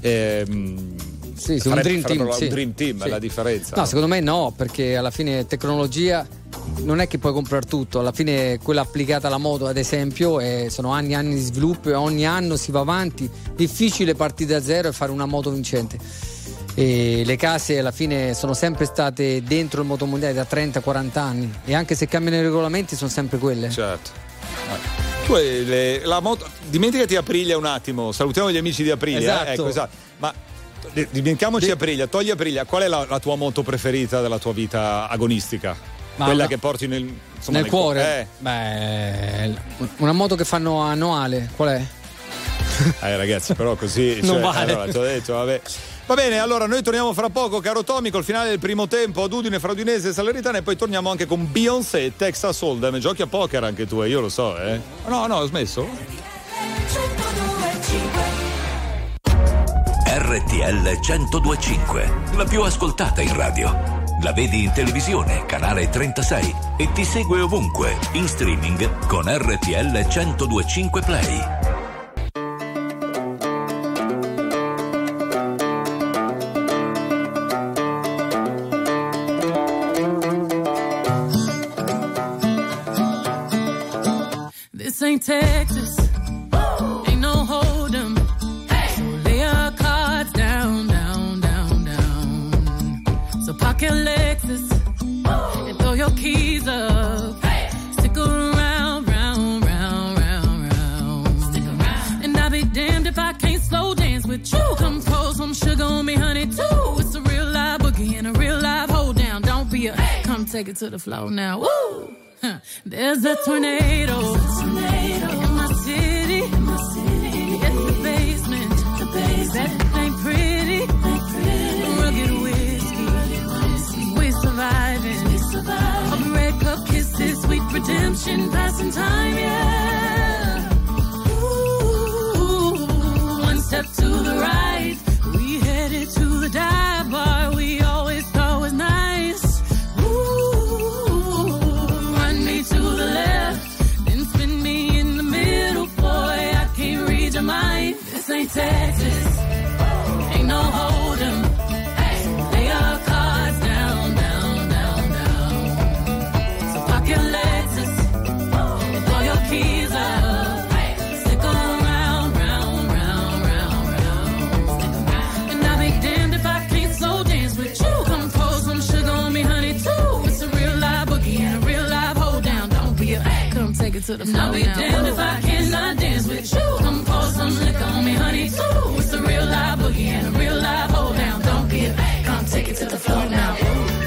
S1: ehm,
S3: Sì, sì, un
S1: farebbero-
S3: dream team,
S1: farebbero
S3: sì.
S1: un dream team,
S3: Sì.
S1: è la differenza.
S3: No, secondo me no, perché alla fine tecnologia non è che puoi comprare tutto, alla fine quella applicata alla moto ad esempio è, sono anni e anni di sviluppo e ogni anno si va avanti, difficile partire da zero e fare una moto vincente. E le case alla fine sono sempre state dentro il motomondiale da trenta quaranta anni e anche se cambiano i regolamenti sono sempre quelle.
S1: Certo. Tu hai le- la moto, dimenticati Aprilia un attimo, salutiamo gli amici di Aprilia.
S3: Esatto.
S1: eh, ecco, esatto. Ma eh, dimentichiamoci Aprilia, togli Aprilia, qual è la, la tua moto preferita della tua vita agonistica?
S3: Ma
S1: Quella
S3: una-
S1: che porti nel, insomma,
S3: Nel cuore?
S1: Eh.
S3: Beh, una moto che fanno annuale, qual è?
S1: Eh ragazzi, però così
S3: Non
S1: cioè,
S3: vale.
S1: allora, ti ho detto, vabbè. Va bene, allora noi torniamo fra poco, caro Tommy, col finale del primo tempo ad Udine fra Udinese e Salernitana e poi torniamo anche con Beyoncé e Texas Hold'em. Giochi a poker anche tu, eh, io lo so, eh. No, no, ho smesso.
S5: R T L centodue e cinque, la più ascoltata in radio. La vedi in televisione, canale trentasei e ti segue ovunque, in streaming con R T L centodue e cinque Play.
S7: This ain't Texas. Ain't no hold'em. So lay your cards down, down, down, down. So park your Lexus and throw your keys up. Stick around, round, round, round, round. Stick around. And I'll be damned if I can't slow dance with you. Come pour some sugar on me, honey, too. It's a real live boogie and a real live hold down. Don't be a come take it to the floor now. Woo! Huh. There's a tornado, tornado in my city. In my city. It's the basement. The basement. That ain't pretty. Ain't pretty. Rugged whiskey. whiskey. We surviving. We surviving. Open red cup kisses, sweet redemption, passing time, yeah. Ooh,
S12: to the floor. I'll be damned if I cannot dance with you. Come pour some liquor on me, honey, too. It's a real live boogie and a real live hold down. Don't be a come take it to the floor now.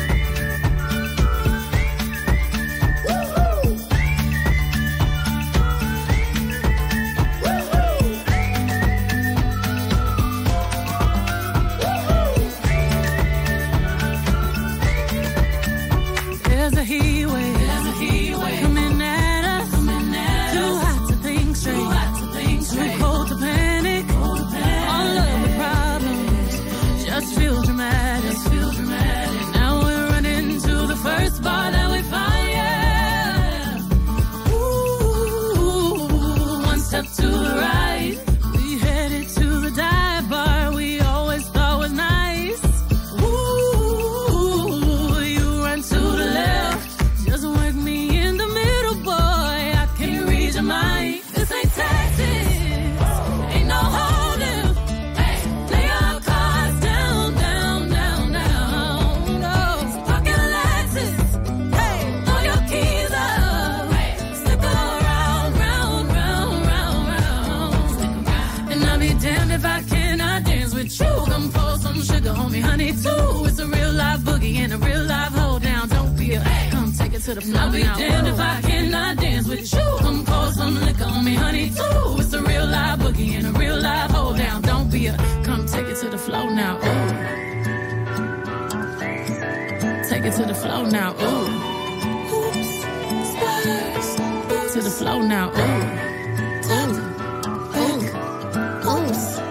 S12: There's a heat wave, there's a heat wave coming at us, coming at too us. Hot to think straight, too hot to think straight, too cold to panic, cold to panic. All of the problems just feel dramatic, just feel dramatic. Now we're running to the first bar that we find, yeah. Ooh, one step to the right, we headed to the dive bar we always thought was nice. Ooh, you run to the left, just work me in the middle, boy. I can't read your mind. This ain't Texas, ain't no holding. Hey, lay your cards down, down, down, down. No, pocket Lexus. Hey, throw your keys up. Hey, stick around, round, round, round, round. Stick around. And I'll be damned if I cannot dance with you. Come pour some sugar on me, honey, too. It's a real live boogie and a real live hold down. Don't be a come take it to the floor. I'll be damned if I cannot dance with you. Come pour some liquor on me, honey, too. It's a real live boogie and a real live hold down. Don't be a come take it to the floor now. Ooh. Take it to the floor now. Ooh. Oops. Spurs. To the floor now. Ooh. Ooh. Ooh. Oops.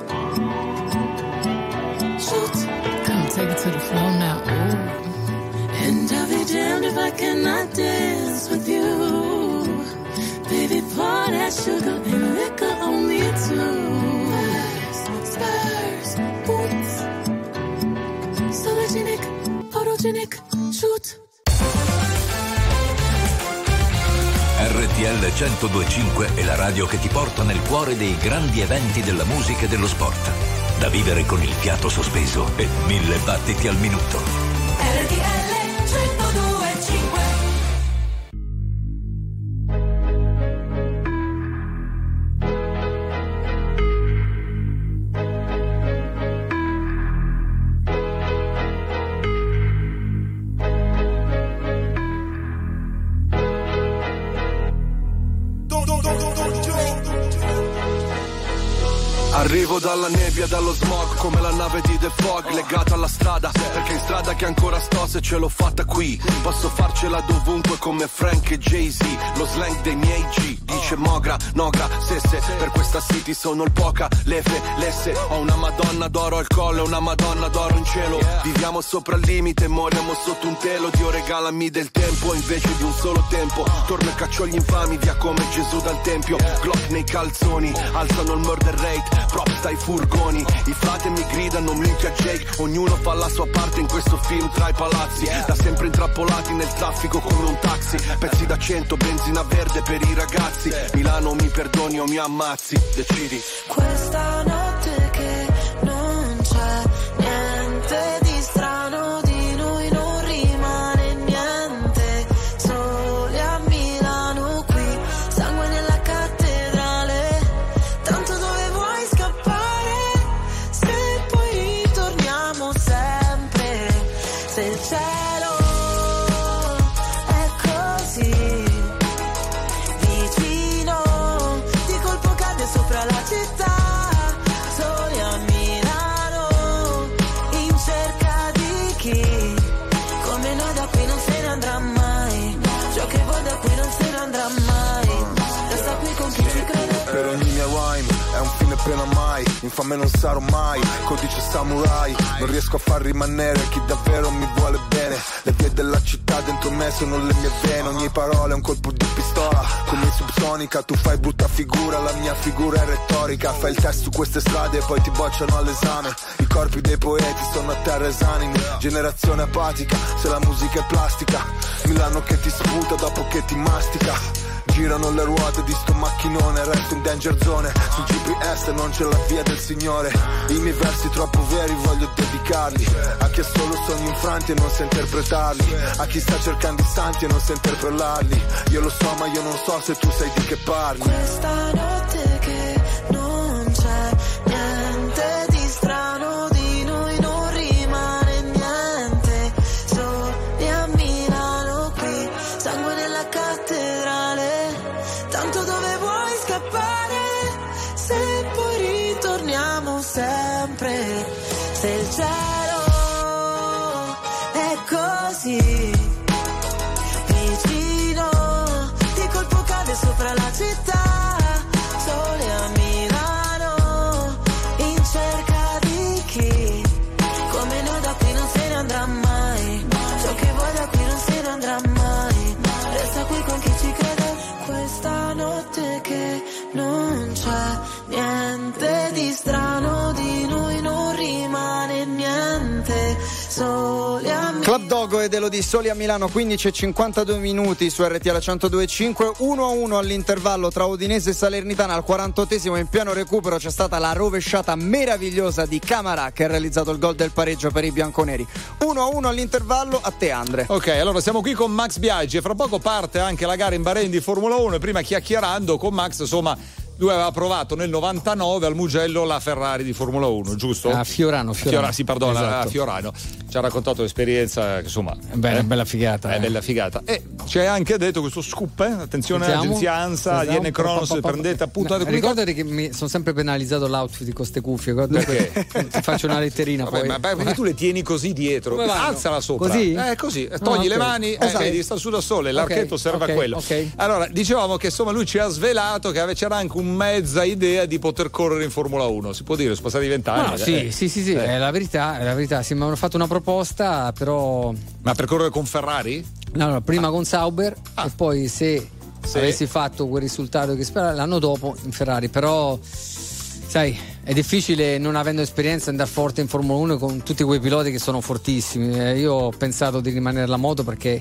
S12: Shoot. Come take it to the floor now. Ooh. And I'll be damned if I cannot dance with you. Baby, pour that sugar and liquor on me too. Spurs, boots, Sologenic, photogenic, shoot.
S5: R T L centodue e cinque è la radio che ti porta nel cuore dei grandi eventi della musica e dello sport. Da vivere con il fiato sospeso e mille battiti al minuto.
S6: R T L centodue e cinque.
S13: Arrivo dalla nebbia, dallo smog, come la nave di The Fog, legata alla strada, perché in strada che ancora sto se ce l'ho fatta qui. Posso farcela dovunque come Frank e Jay-Z, lo slang dei miei G. Dice Mogra, Nogra, Sesse, per questa city sono il poca, l'Efe, l'Esse. Ho una madonna d'oro al collo e una madonna d'oro in cielo. Viviamo sopra il limite, moriamo sotto un telo. Dio regalami del tempo invece di un solo tempo. Torno e caccio gli infami via come Gesù dal tempio. Glock nei calzoni, alzano il murder rate, props dai furgoni. I frate mi gridano minchia Jake, ognuno fa la sua parte in questo film tra i palazzi. Da sempre intrappolati nel traffico come un taxi. Pezzi da cento, benzina verde per i ragazzi. Milano mi perdoni o mi ammazzi, decidi.
S14: Questa notte che non c'è niente di strano, di noi non rimane niente. Soli a Milano qui, sangue nella cattedrale. Tanto dove vuoi scappare, se poi ritorniamo sempre. Se il cielo è così sopra la città, soli a Milano, in cerca di chi come noi da qui non se ne andrà mai. Ciò che vuoi da qui non se ne andrà mai. Resta qui con chi ci crede.
S13: Per ogni mia rhyme è un fine pena mai, infame non sarò mai, codice samurai. Non riesco a far rimanere chi davvero mi vuole bene. Le vie della città dentro me sono le mie vene. Ogni parola è un colpo di pistola, come subsonica. Tu fai brutta figura, la mia figura è retorica. Fai il test su queste strade e poi ti bocciano all'esame. I corpi dei poeti sono a terra esanimi. Generazione apatica, se la musica è plastica. Milano che ti sputa dopo che ti mastica. girano le ruote di sto macchinone, resto in danger zone, sul G P S non c'è la via del Signore. I miei versi troppo veri voglio dedicarli a chi ha solo sogni infranti e non sa interpretarli, a chi sta cercando istanti e non sa interpellarli. Io lo so ma io non so se tu sai di che parli.
S14: Questa notte che non c'è niente di strano, di noi non rimane niente, soli a Milano qui, sangue nella cattedrale, tanto dove vuoi scappare, se poi ritorniamo sempre, se il cielo è così vicino, di colpo cade sopra la città, sole a Milano, in cerca di chi, come noi da qui non se ne andrà mai, ciò che vuoi da qui non se ne andrà mai, resta qui con chi ci crede, questa notte che non c'è niente di strano, di noi non rimane niente, soli a Milano.
S2: Club Dogo ed Elodie, Soli a Milano, quindici e cinquantadue minuti su R T L centodue e cinque, uno a uno all'intervallo tra Udinese e Salernitana. Al quarantottesimo in pieno recupero c'è stata la rovesciata meravigliosa di Camara che ha realizzato il gol del pareggio per i bianconeri. uno a uno all'intervallo, a te Andre.
S1: Ok, allora siamo qui con Max Biaggi e fra poco parte anche la gara in Bahrain di Formula uno e prima chiacchierando con Max, insomma, lui aveva provato nel novantanove al Mugello la Ferrari di Formula uno, giusto?
S3: A Fiorano, Fiorano.
S1: Fiora, sì, perdona,
S3: Esatto.
S1: a Fiorano. Ci ha raccontato l'esperienza, insomma.
S3: Beh,
S1: eh?
S3: bella figata.
S1: È
S3: eh.
S1: bella figata. E ci hai anche detto questo scoop, eh? Attenzione,
S3: Sentiamo.
S1: agenzia ANSA,
S3: Sentiamo.
S1: D N Cronos,
S3: Pa, pa, pa, pa.
S1: prendete appunto.
S3: No, ricordati che mi sono sempre penalizzato l'outfit di queste cuffie. Perché? Ti faccio una letterina.
S1: Vabbè,
S3: poi.
S1: ma perché tu le tieni così dietro?
S3: Come vanno?
S1: Alzala sopra.
S3: Così?
S1: Eh, così. Togli
S3: Ah, ok.
S1: le mani, eh,
S3: Esatto.
S1: vedi, sta su da sole, l'archetto
S3: Ok,
S1: serve
S3: ok,
S1: a quello.
S3: ok.
S1: Allora, dicevamo che insomma lui ci ha svelato che c'era anche un mezza idea di poter correre in Formula uno. Si può dire, sono passati vent'anni.
S3: No, sì,
S1: eh.
S3: sì, sì, sì,
S1: Eh.
S3: è la verità, è la verità. Sì, mi hanno fatto una proposta, però.
S1: Ma per correre con Ferrari?
S3: No, no, prima con Sauber
S1: Ah.
S3: e poi se
S1: Sì.
S3: avessi fatto quel risultato che speravo l'anno dopo in Ferrari, però sai, è difficile non avendo esperienza andare forte in Formula uno con tutti quei piloti che sono fortissimi. Eh, io ho pensato di rimanere alla moto perché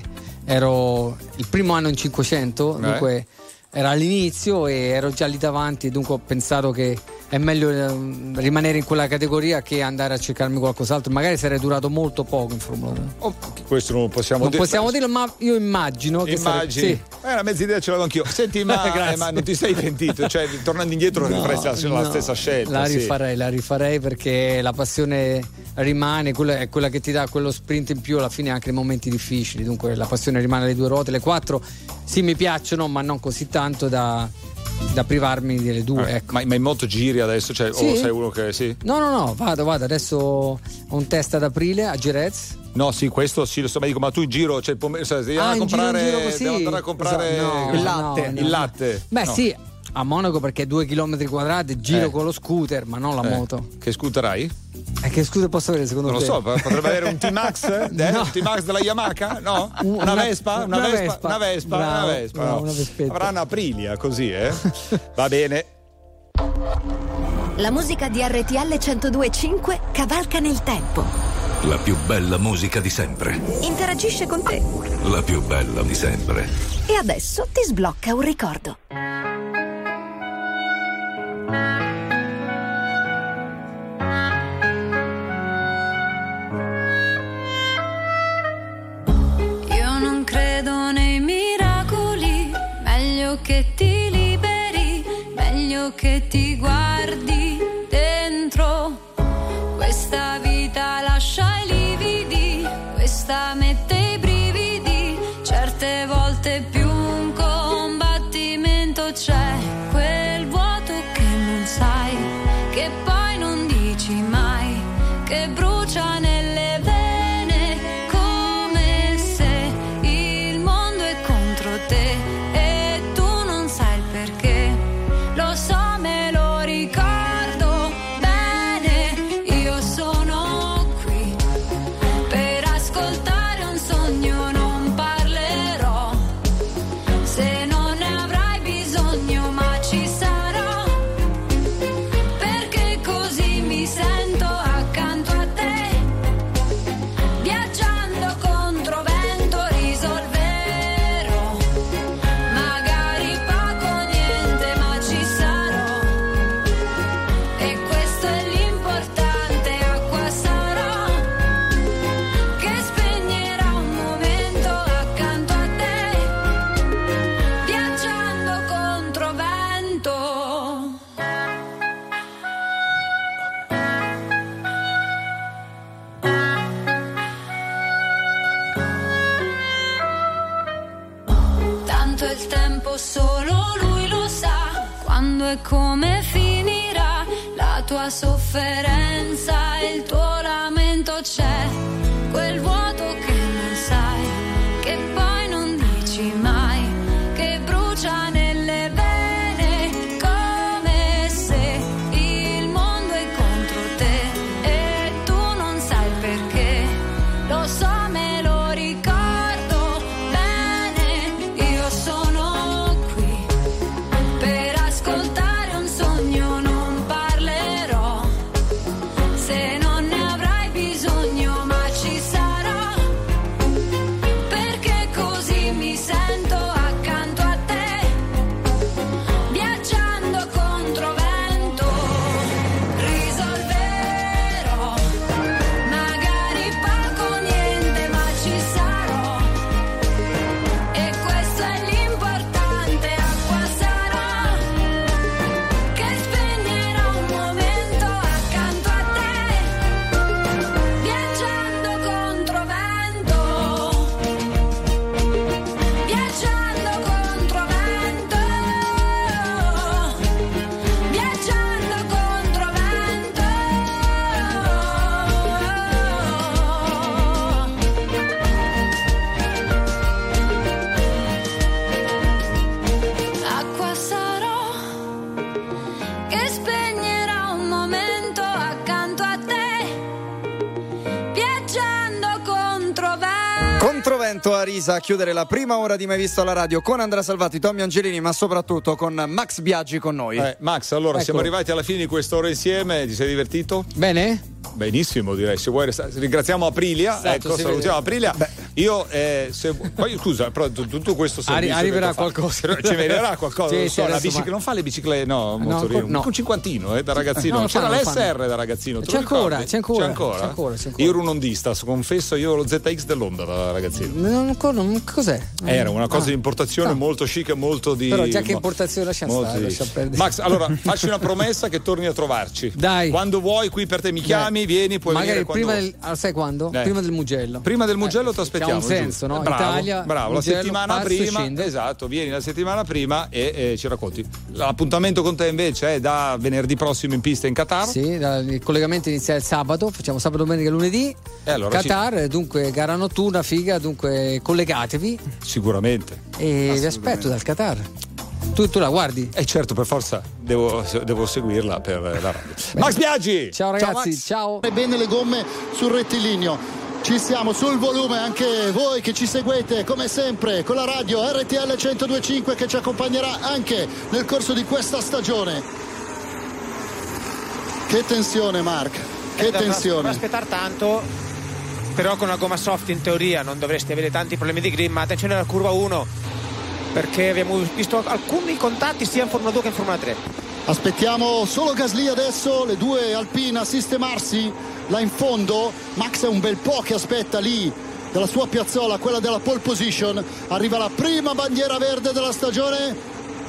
S3: ero il primo anno in cinquecento,
S1: Eh.
S3: dunque era all'inizio e ero già lì davanti, dunque ho pensato che è meglio eh, rimanere in quella categoria che andare a cercarmi qualcos'altro. Magari sarei durato molto poco in Formula uno.
S1: Oh, questo non lo possiamo
S3: Non
S1: dire.
S3: possiamo dirlo, ma io immagino che
S1: Immagini?
S3: sarebbe, sì.
S1: Eh, una mezza idea ce l'avevo anch'io. Senti, ma,
S3: Grazie.
S1: eh, ma non ti sei pentito? Cioè, tornando indietro,
S3: No,
S1: faresti la, la
S3: no,
S1: stessa scelta.
S3: La
S1: sì.
S3: rifarei, la rifarei perché la passione rimane, quella è quella che ti dà quello sprint in più alla fine anche nei momenti difficili. Dunque la passione rimane alle due ruote, le quattro sì mi piacciono, ma non così tanto da, da privarmi delle due.
S1: Eh,
S3: Ecco.
S1: ma, ma in moto giri adesso? Cioè,
S3: Sì.
S1: o sei uno che sì?
S3: No, no, no, vado, vado. Adesso ho un test ad aprile a Jerez.
S1: No, sì, questo sì, lo so, ma dico, ma tu in giro, cioè, pom- cioè, devi
S3: Ah,
S1: andare a
S3: in giro, in
S1: comprare,
S3: giro così?
S1: devo andare a comprare
S3: Esatto, no,
S1: il
S3: no,
S1: latte.
S3: no,
S1: il
S3: no.
S1: latte.
S3: Beh,
S1: No.
S3: sì, a Monaco perché è due chilometri quadrati, giro
S1: Eh.
S3: con lo scooter, ma non la
S1: Eh,
S3: moto.
S1: Che scooter hai?
S3: E che scooter posso avere secondo
S1: Non lo
S3: te?
S1: so, potrebbe avere un T-Max? Eh?
S3: No.
S1: Un T-Max della Yamaha? No?
S3: Una-
S1: Una Vespa? Una,
S3: una
S1: Vespa?
S3: Vespa.
S1: Una Vespa?
S3: Bravo,
S1: una Vespa,
S3: bravo,
S1: no.
S3: una Vespetta.
S1: Avrà una Aprilia così, eh? Va bene.
S11: La musica di R T L centodue e cinque cavalca nel tempo.
S5: La più bella musica di sempre.
S11: Interagisce con te.
S5: La più bella di sempre.
S11: E adesso ti sblocca un ricordo.
S7: Io non credo nei miracoli, meglio che ti liberi, meglio che ti guardi dentro. Questa vita lascia i lividi, questa mette i brividi, certe volte più un combattimento il tempo solo lui lo sa, quando e come finirà la tua sofferenza, il tuo lamento, c'è quel vuoto che non sai, che poi non dici mai, che brucia nelle vene, come se il mondo è contro te e tu non sai perché. Lo so, me lo ricordo bene, io sono qui per ascoltare un sogno, non parlerò se non ne avrai bisogno, ma ci sarò, perché così mi sento accanto a te, viaggiando contro vento, risolverò, magari poco niente, ma ci sarò, e questo è l'importante, acqua sarà, che spegnerà un momento accanto a te, viaggiando contro vento, viaggiando contro vento, viaggiando contro vento. Acqua sarò, che spegnerà un momento accanto a te, viaggiando contro vento.
S2: Controvento a Risa a chiudere la prima ora di Mai Visto alla Radio con Andrea Salvati, Tommy Angelini, ma soprattutto con Max Biaggi con noi.
S1: Eh, Max, allora
S3: Ecco.
S1: siamo arrivati alla fine di quest'ora insieme. Ti sei divertito?
S3: Bene?
S1: Benissimo, direi. Se vuoi restare- ringraziamo Aprilia.
S3: Esatto,
S1: ecco,
S3: si
S1: salutiamo
S3: vede.
S1: Aprilia. Io, eh, se, poi scusa, però tu- tutto questo
S3: Arri-
S1: servizio
S3: arriverà
S1: che tu fai-
S3: qualcosa.
S1: Però ci arriverà qualcosa.
S3: Sì,
S1: non
S3: sì,
S1: so, la
S3: adesso
S1: bicic-
S3: ma-
S1: non fa le biciclette, no,
S3: No,
S1: motorino.
S3: ancora- no.
S1: Un cinquantino, eh, da ragazzino.
S3: No, lo
S1: C'era
S3: fanno, lo
S1: l'S R da ragazzino. te
S3: C'è
S1: lo
S3: ancora,
S1: ricordi?
S3: c'è ancora,
S1: C'è ancora?
S3: c'è ancora, c'è ancora.
S1: Io ero un ondista, confesso, io ero lo Z X dell'Onda da ragazzino.
S3: Non, ancora non- cos'è?
S1: Era una cosa
S3: Ah.
S1: di importazione molto chic e molto di.
S3: Però già che
S1: mo-
S3: importazione lascia
S1: molto
S3: stare,
S1: di-
S3: lascia perdere.
S1: Max, allora facci una promessa che torni a trovarci.
S3: Dai.
S1: Quando vuoi, qui per te mi chiami, vieni, puoi
S3: Magari
S1: venire quando
S3: prima
S1: vuoi.
S3: del, ah, sai quando?
S1: Eh.
S3: Prima del Mugello.
S1: Prima del Mugello
S3: Eh,
S1: ti aspettiamo.
S3: c'ha un senso,
S1: giusto.
S3: no?
S1: Bravo,
S3: Italia,
S1: bravo. La
S3: Mugello,
S1: settimana
S3: alza e
S1: prima,
S3: scende.
S1: esatto, vieni la settimana prima e, e ci racconti. L'appuntamento con te invece è da venerdì prossimo in pista in Qatar.
S3: Sì, da- il collegamento inizia il sabato, facciamo sabato, domenica e lunedì.
S1: E allora
S3: Qatar, dunque gara notturna, figa, dunque collegatevi
S1: Sicuramente.
S3: e vi aspetto dal Qatar. Tu, tu la guardi?
S1: E certo, per forza devo, devo seguirla per la radio. Max Biaggi!
S3: Ciao ragazzi,
S1: Max.
S3: ciao.
S15: Bene le gomme sul rettilineo. Ci siamo sul volume, anche voi che ci seguete come sempre con la radio R T L centodue e cinque che ci accompagnerà anche nel corso di questa stagione. Che tensione, Mark, che
S16: Eh, dovrà-
S15: tensione.
S16: dovrà aspettare tanto, però con la gomma soft in teoria non dovreste avere tanti problemi di grip, ma attenzione alla curva uno perché abbiamo visto alcuni contatti sia in Formula due che in Formula tre.
S15: Aspettiamo solo Gasly adesso, le due Alpine a sistemarsi là in fondo. Max è un bel po' che aspetta lì dalla sua piazzola, quella della pole position. Arriva la prima bandiera verde della stagione.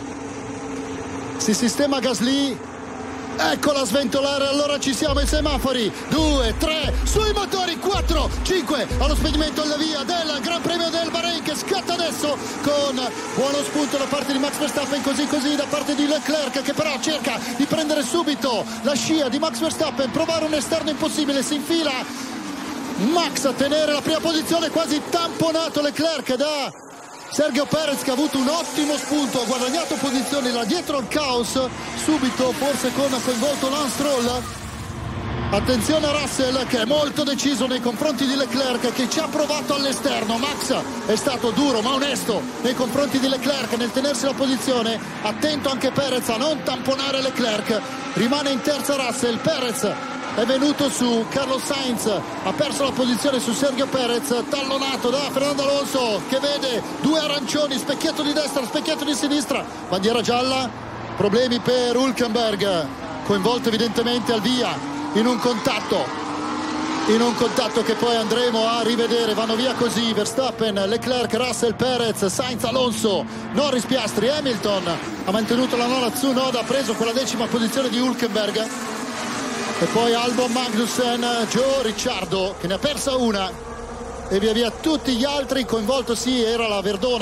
S15: Si sistema Gasly. Eccola sventolare, allora ci siamo ai semafori. Due, tre, sui motori, quattro, cinque, allo spegnimento alla via del Gran Premio del Bahrain che scatta adesso con buono spunto da parte di Max Verstappen, così così da parte di Leclerc che però cerca di prendere subito la scia di Max Verstappen, provare un esterno impossibile, si infila Max a tenere la prima posizione, quasi tamponato Leclerc da Sergio Perez che ha avuto un ottimo spunto, ha guadagnato posizioni là dietro al caos, subito forse con coinvolto Lance Stroll. Attenzione a Russell che è molto deciso nei confronti di Leclerc che ci ha provato all'esterno. Max è stato duro ma onesto nei confronti di Leclerc nel tenersi la posizione, attento anche Perez a non tamponare Leclerc, rimane in terza Russell. Perez è venuto su, Carlos Sainz ha perso la posizione su Sergio Perez, tallonato da Fernando Alonso che vede due arancioni, specchietto di destra, specchietto di sinistra, bandiera gialla, problemi per Hülkenberg, coinvolto evidentemente al via in un contatto in un contatto che poi andremo a rivedere. Vanno via così Verstappen, Leclerc, Russell, Perez, Sainz, Alonso, Norris, Piastri, Hamilton ha mantenuto la nona, Tsunoda ha preso quella decima posizione di Hülkenberg. E poi Albon, Magnussen, Joe, Ricciardo che ne ha persa una e via via tutti gli altri. Coinvolto sì era la Verdona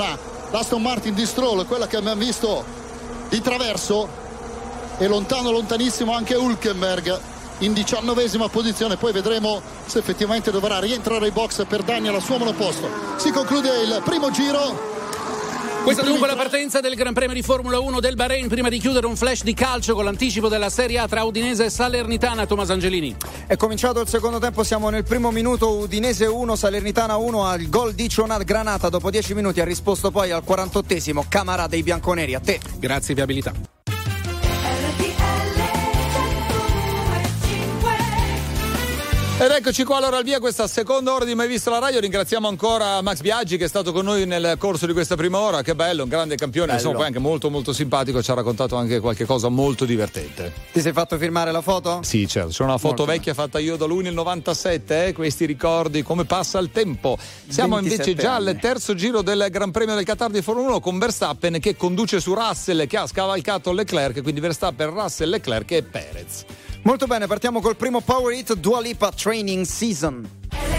S15: l'Aston Martin di Stroll, quella che abbiamo visto di traverso, e lontano lontanissimo anche Hülkenberg in diciannovesima posizione. Poi vedremo se effettivamente dovrà rientrare ai box per Daniel al suo monoposto. Si conclude il primo giro.
S17: Questa dunque la partenza del Gran Premio di Formula uno del Bahrain. Prima di chiudere un flash di calcio con l'anticipo della Serie A tra Udinese e Salernitana. Tommaso Angelini.
S2: È cominciato il secondo tempo, siamo nel primo minuto. Udinese uno, Salernitana uno. Al gol di Cional Granata dopo dieci minuti ha risposto poi al quarantottesimo Camara dei bianconeri. A te.
S17: Grazie viabilità.
S1: Ed eccoci qua allora al via questa seconda ora di Mai Visto la Radio. Ringraziamo ancora Max Biaggi che è stato con noi nel corso di questa prima ora. Che bello, un grande campione,
S2: Bello.
S1: insomma poi anche molto molto simpatico, ci ha raccontato anche qualche cosa molto divertente.
S2: Ti sei fatto firmare la foto?
S1: Sì, certo, c'è una foto
S2: Molto
S1: vecchia fatta io da lui nel novantasette, eh? Questi ricordi, come passa il tempo. Siamo invece già
S2: anni.
S1: al terzo giro del Gran Premio del Qatar di Formula uno con Verstappen che conduce su Russell, che ha scavalcato Leclerc, quindi Verstappen, Russell, Leclerc e Perez.
S2: Molto bene, partiamo col primo Power Hit, Dua Lipa Training Season.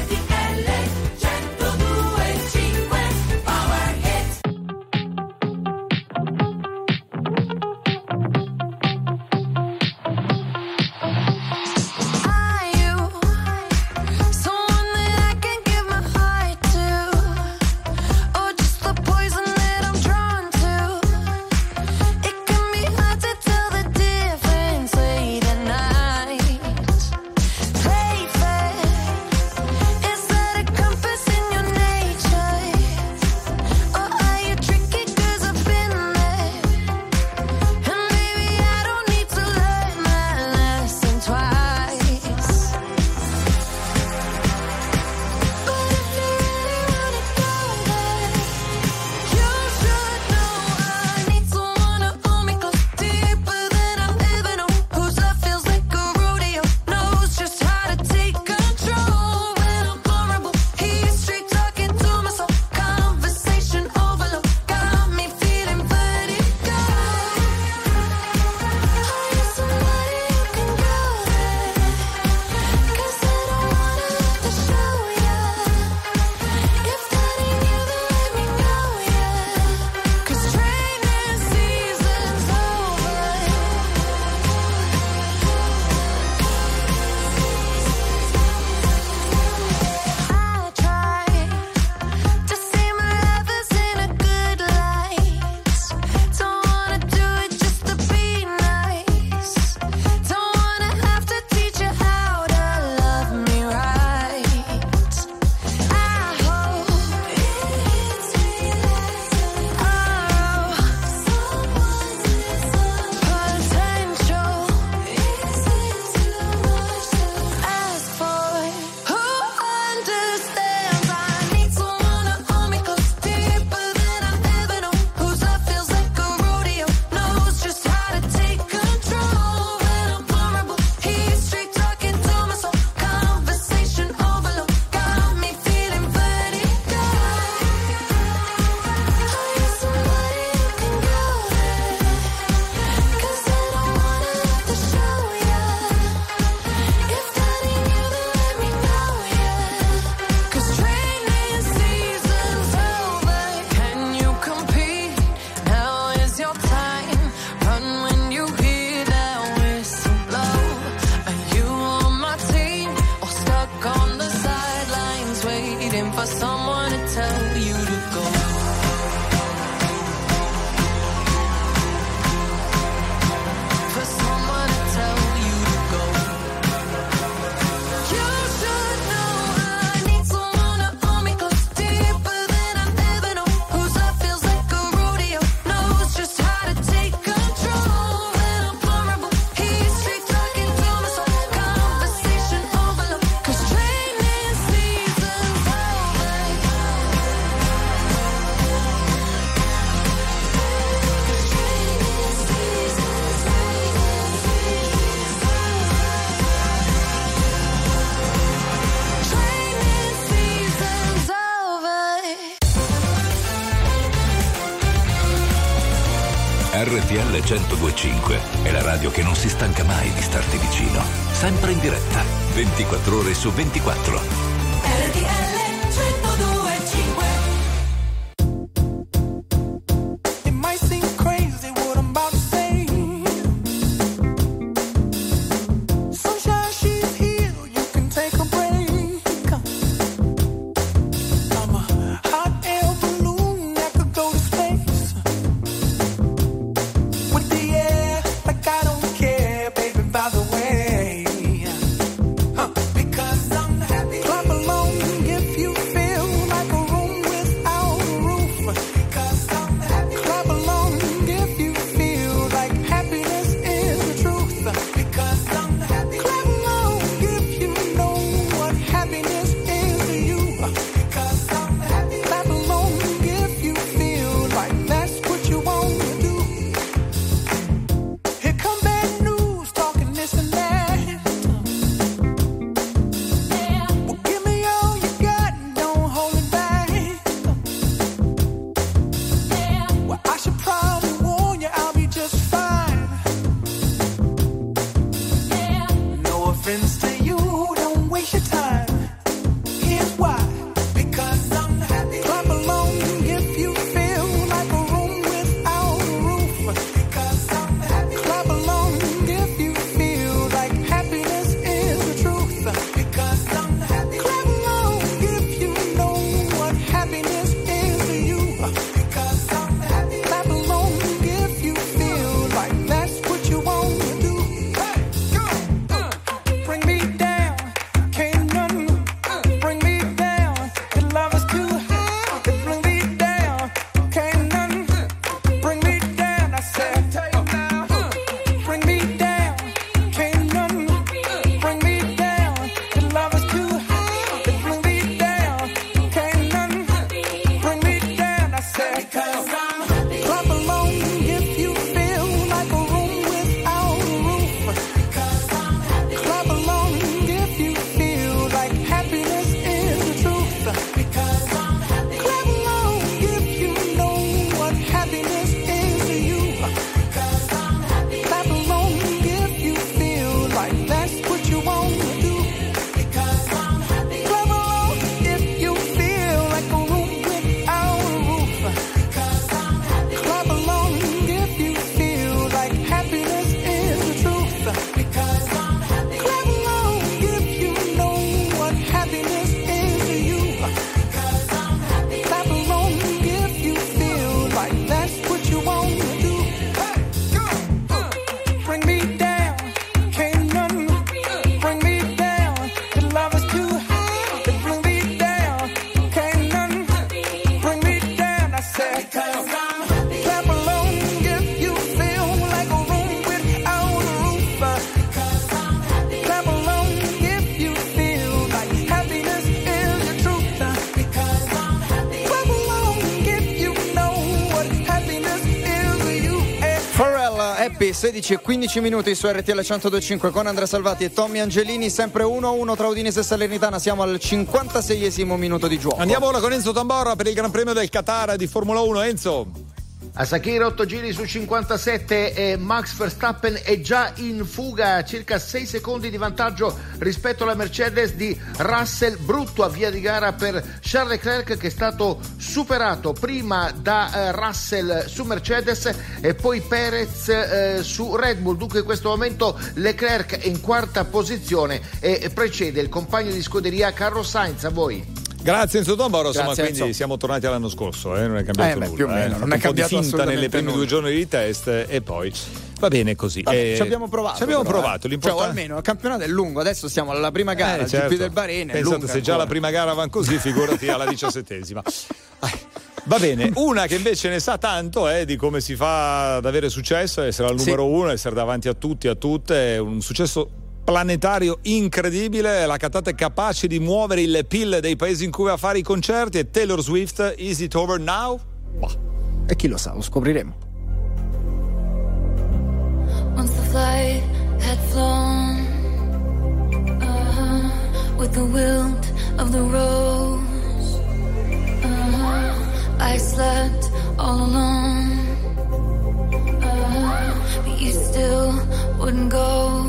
S5: R T L centodue e cinque è la radio che non si stanca mai di starti vicino. Sempre in diretta, ventiquattro ore su ventiquattro.
S6: R T L centodue e cinque.
S2: Rugby, sedici e quindici minuti su R T L centodue e cinque con Andrea Salvati e Tommy Angelini, sempre uno a uno tra Udinese e Salernitana, siamo al cinquantaseiesimo minuto di gioco.
S1: Andiamo ora con Enzo Tambora per il Gran Premio del Qatar di Formula uno. Enzo.
S18: A Sakira otto giri su cinquantasette e Max Verstappen è già in fuga, circa sei secondi di vantaggio rispetto alla Mercedes di Russell. Brutto avvia di gara per Charles Leclerc, che è stato superato prima da eh, Russell su Mercedes e poi Perez eh, su Red Bull. Dunque in questo momento Leclerc è in quarta posizione e precede il compagno di scuderia Carlos Sainz. A voi.
S1: Grazie Enzo Tambora, insomma,
S2: Grazie,
S1: quindi
S2: Enzo.
S1: siamo tornati all'anno scorso, eh? Non è cambiato
S2: Eh, beh,
S1: nulla.
S2: più o meno,
S1: eh?
S2: non è cambiato
S1: un po' di finta nelle
S2: assolutamente
S1: prime
S2: nulla.
S1: due giorni di test e poi va bene così.
S2: Vabbè,
S1: Eh,
S2: ci abbiamo provato.
S1: Ci abbiamo
S2: però,
S1: provato,
S2: eh.
S1: l'importante.
S2: Cioè, o almeno il campionato è lungo, adesso siamo alla prima gara,
S1: Eh,
S2: il
S1: certo.
S2: G P del Bahrain è
S1: Pensate,
S2: lunga
S1: se già
S2: ancora.
S1: la prima gara va così, figurati alla diciassettesima. Va bene, una che invece ne sa tanto eh, di come si fa ad avere successo, essere al numero
S2: Sì.
S1: uno, essere davanti a tutti, a tutte, è un successo planetario incredibile. La cantante è capace di muovere il P I L dei paesi in cui va a fare i concerti. E Taylor Swift, Is It Over Now? Bah.
S2: E chi lo sa, lo scopriremo.
S7: Once the flight had flown, uh-huh, with the wilt of the rose, uh-huh, I slept all alone, uh-huh, but you still wouldn't go.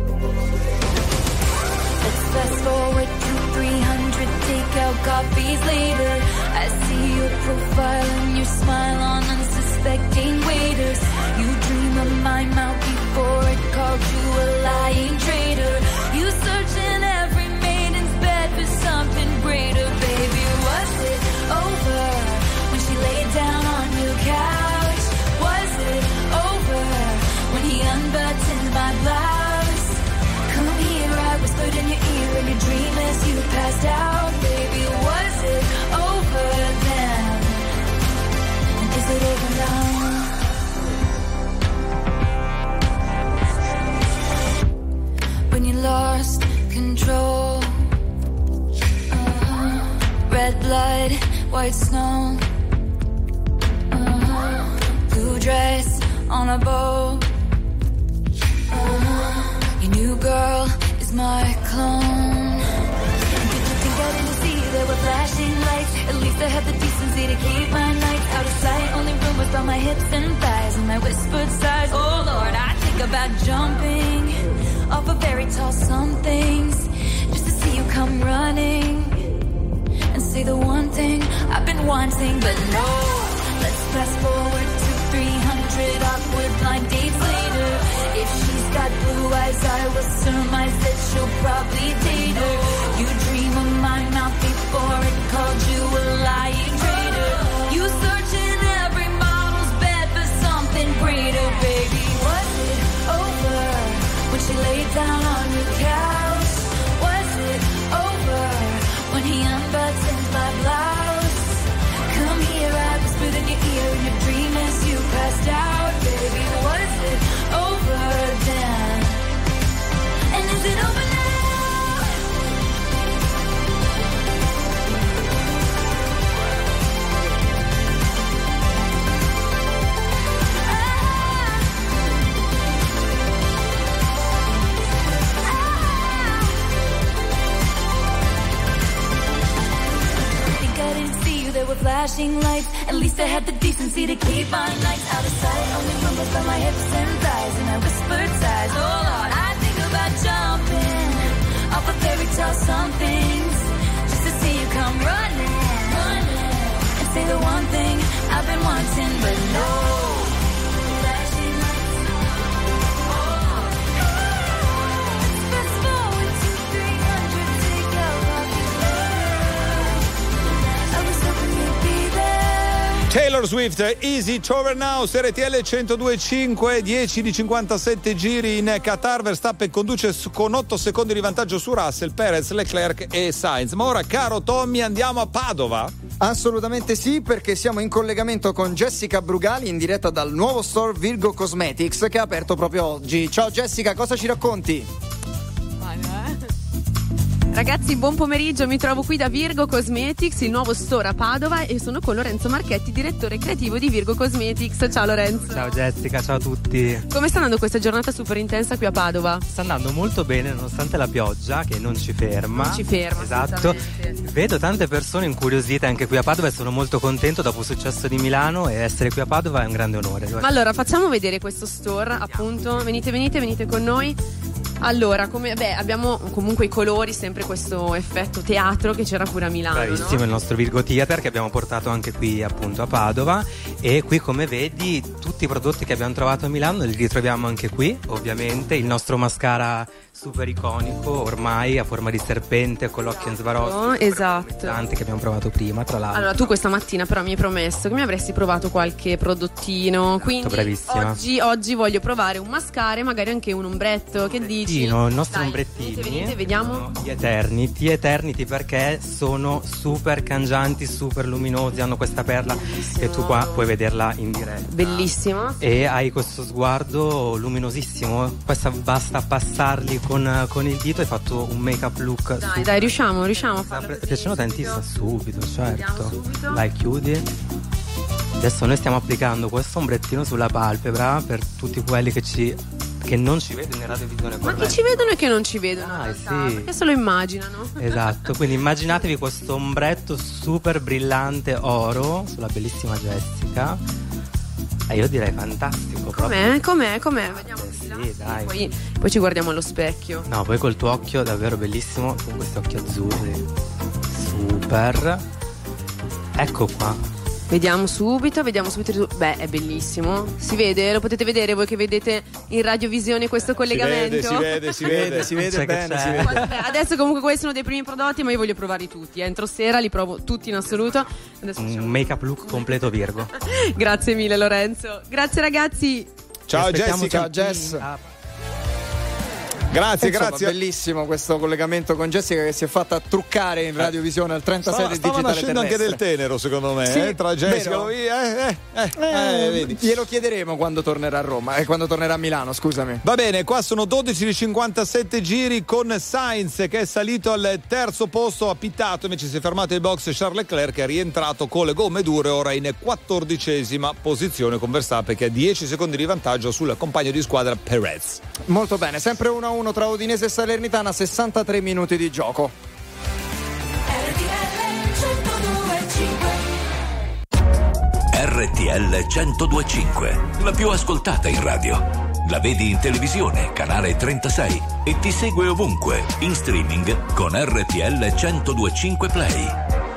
S7: Let's fast forward to three hundred takeout copies later. I see your profile and your smile on unsuspecting waiters. You dream of my mouth before it called you a lying traitor. You search in every maiden's bed for something greater. Baby, was it over when she laid down on your couch? Was it over when he unbuttoned my blouse? Come here, I whispered in your ear in your dream as you passed out. Baby, was it over then? And is it over now? When you lost control, uh-huh. Red blood, white snow, uh-huh. Blue dress on a boat, uh-huh. Your new girl is my clone. And did you think I didn't see there were flashing lights? At least I had the decency to keep my nights out of sight. Only rumors about my hips and thighs and my whispered sighs. Oh Lord, I think about jumping off of very tall somethings just to see you come running and say the one thing I've been wanting. But no, let's fast forward to three hundred awkward blind dates later. If she's got blue eyes, I will surmise that she'll probably date her. You dream of my mouth before it called you a lying traitor. You search in every model's bed for something greater. Baby, was it over when she laid down on your couch? Was it over when he unbuttoned my blouse? Come here, I whispered in your ear in your dream as you passed out. Baby, was it over then? And is it over now? There were flashing lights. At least I had the decency to keep my nights out of sight. Only rumbles by my hips and thighs and I whispered sighs. Oh Lord, I think about jumping off of fairy tale somethings just to see you come running, running and say the one thing I've been wanting. But no, flashing lights. Oh, let's fast forward to three hundred takeout coffees later. I was hoping you'd be there.
S1: Taylor Swift, Is It Over Now, su R T L centodue e cinque, dieci di cinquantasette giri in Qatar. Verstappen conduce con otto secondi di vantaggio su Russell, Perez, Leclerc e Sainz. Ma ora, caro Tommy, andiamo a Padova?
S2: Assolutamente sì, perché siamo in collegamento con Jessica Brugali in diretta dal nuovo store Virgo Cosmetics che ha aperto proprio oggi. Ciao Jessica, cosa ci racconti?
S19: Ragazzi, buon pomeriggio, mi trovo qui da Virgo Cosmetics, il nuovo store a Padova, e sono con Lorenzo Marchetti, direttore creativo di Virgo Cosmetics. Ciao Lorenzo.
S20: Ciao Jessica, ciao a tutti.
S19: Come sta andando questa giornata super intensa qui a Padova?
S20: Sta andando molto bene nonostante la pioggia che non ci ferma.
S19: Non ci ferma,
S20: esatto. Vedo tante persone incuriosite anche qui a Padova e sono molto contento dopo il successo di Milano, e essere qui a Padova è un grande onore.
S19: Ma allora facciamo vedere questo store, appunto. Venite, venite, venite con noi. Allora, come, beh, abbiamo comunque i colori, sempre questo effetto teatro che c'era pure a Milano.
S20: Bravissimo,
S19: no?
S20: Il nostro Virgo Theater che abbiamo portato anche qui appunto a Padova, e qui come vedi tutti i prodotti che abbiamo trovato a Milano li ritroviamo anche qui, ovviamente. Il nostro mascara super iconico ormai a forma di serpente con l'occhio in Swarovski,
S19: oh, esatto,
S20: che abbiamo provato prima, tra l'altro.
S19: Allora, tu questa mattina però mi hai promesso che mi avresti provato qualche prodottino, quindi
S20: bravissima.
S19: Oggi, oggi voglio provare un mascara e magari anche un ombretto. Che dici?
S20: Il nostro
S19: Dai,
S20: ombrettini
S19: venite, venite, vediamo.
S20: Gli Eternity, Eternity perché sono super cangianti, super luminosi, hanno questa perla
S19: Bellissimo.
S20: che tu qua puoi vederla in diretta.
S19: Bellissimo.
S20: E hai questo sguardo luminosissimo, questa basta passarli con, con il dito, hai fatto un make up look.
S19: Dai,
S20: super.
S19: dai, riusciamo, riusciamo a farlo.
S20: Mi piacciono tantissimo, subito, certo.
S19: Subito.
S20: Dai, chiudi. Adesso noi stiamo applicando questo ombrettino sulla palpebra per tutti quelli che ci che non ci vedono in radiovisione.
S19: Ma che ci vedono e che non ci vedono,
S20: ah,
S19: sì.
S20: Perché
S19: se lo immaginano.
S20: Esatto, quindi immaginatevi questo ombretto super brillante oro sulla bellissima Jessica. Eh, io direi fantastico.
S19: Com'è? Com'è? Com'è? Vediamo.
S20: Eh, sì, dai.
S19: Poi, poi ci guardiamo allo specchio.
S20: No, poi col tuo occhio davvero bellissimo, con questi occhi azzurri. Super. Ecco qua.
S19: Vediamo subito, vediamo subito. Beh, è bellissimo. Si vede? Lo potete vedere voi che vedete in radiovisione questo collegamento?
S1: Si vede, si vede, si vede, si vede bene. Si vede.
S19: Beh, adesso comunque questi sono dei primi prodotti, ma io voglio provarli tutti. Entro sera li provo tutti in assoluto.
S20: Adesso un make up look completo Virgo.
S19: Grazie mille Lorenzo. Grazie ragazzi.
S1: Ciao Jessica.
S2: Ciao Jess.
S1: Grazie,
S2: Insomma,
S1: grazie.
S2: Bellissimo questo collegamento con Jessica che si è fatta truccare in radiovisione al trentasei
S1: Stava,
S2: del
S1: stava
S2: digitale
S1: nascendo
S2: terrestre.
S1: anche del tenero secondo me,
S2: Sì,
S1: eh? Tra Jessica
S2: vero.
S1: e eh, eh, eh,
S2: Eh,
S1: eh, vedi.
S2: glielo chiederemo quando tornerà a Roma e eh, quando tornerà a Milano, scusami.
S1: Va bene, qua sono dodici di cinquantasette giri con Sainz che è salito al terzo posto, ha pittato, invece si è fermato il box Charles Leclerc che è rientrato con le gomme dure, ora in quattordicesima posizione con Verstappen che ha dieci secondi di vantaggio sul compagno di squadra Perez.
S2: Molto bene, sempre uno a uno tra Udinese e Salernitana, sessantatré minuti di gioco.
S5: R T L centodue e cinque, la più ascoltata in radio. La vedi in televisione, canale trentasei, e ti segue ovunque, in streaming con R T L centodue e cinque Play.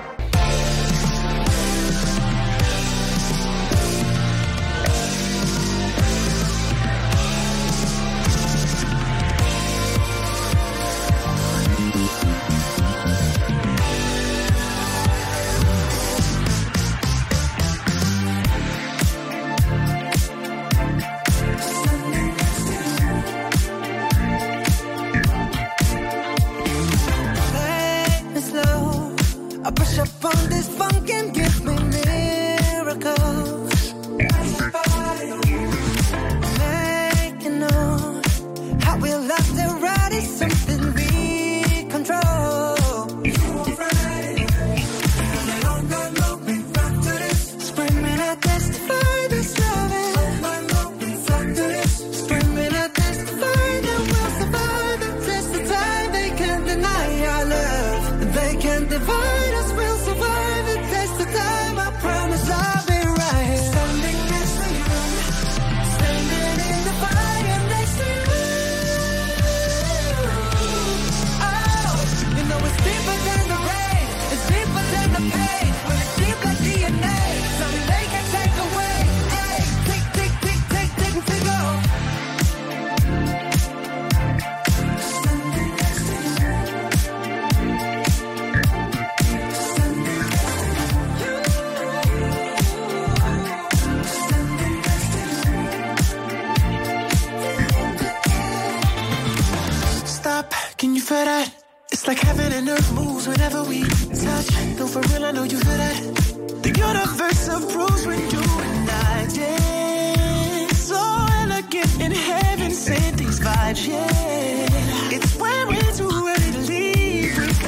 S10: Can you feel that? It's like heaven and earth moves whenever we touch. No, for real, I know you feel that. The universe approves when you and I dance. So elegant in heaven, sent these vibes, yeah. It's when we're too early to leave. We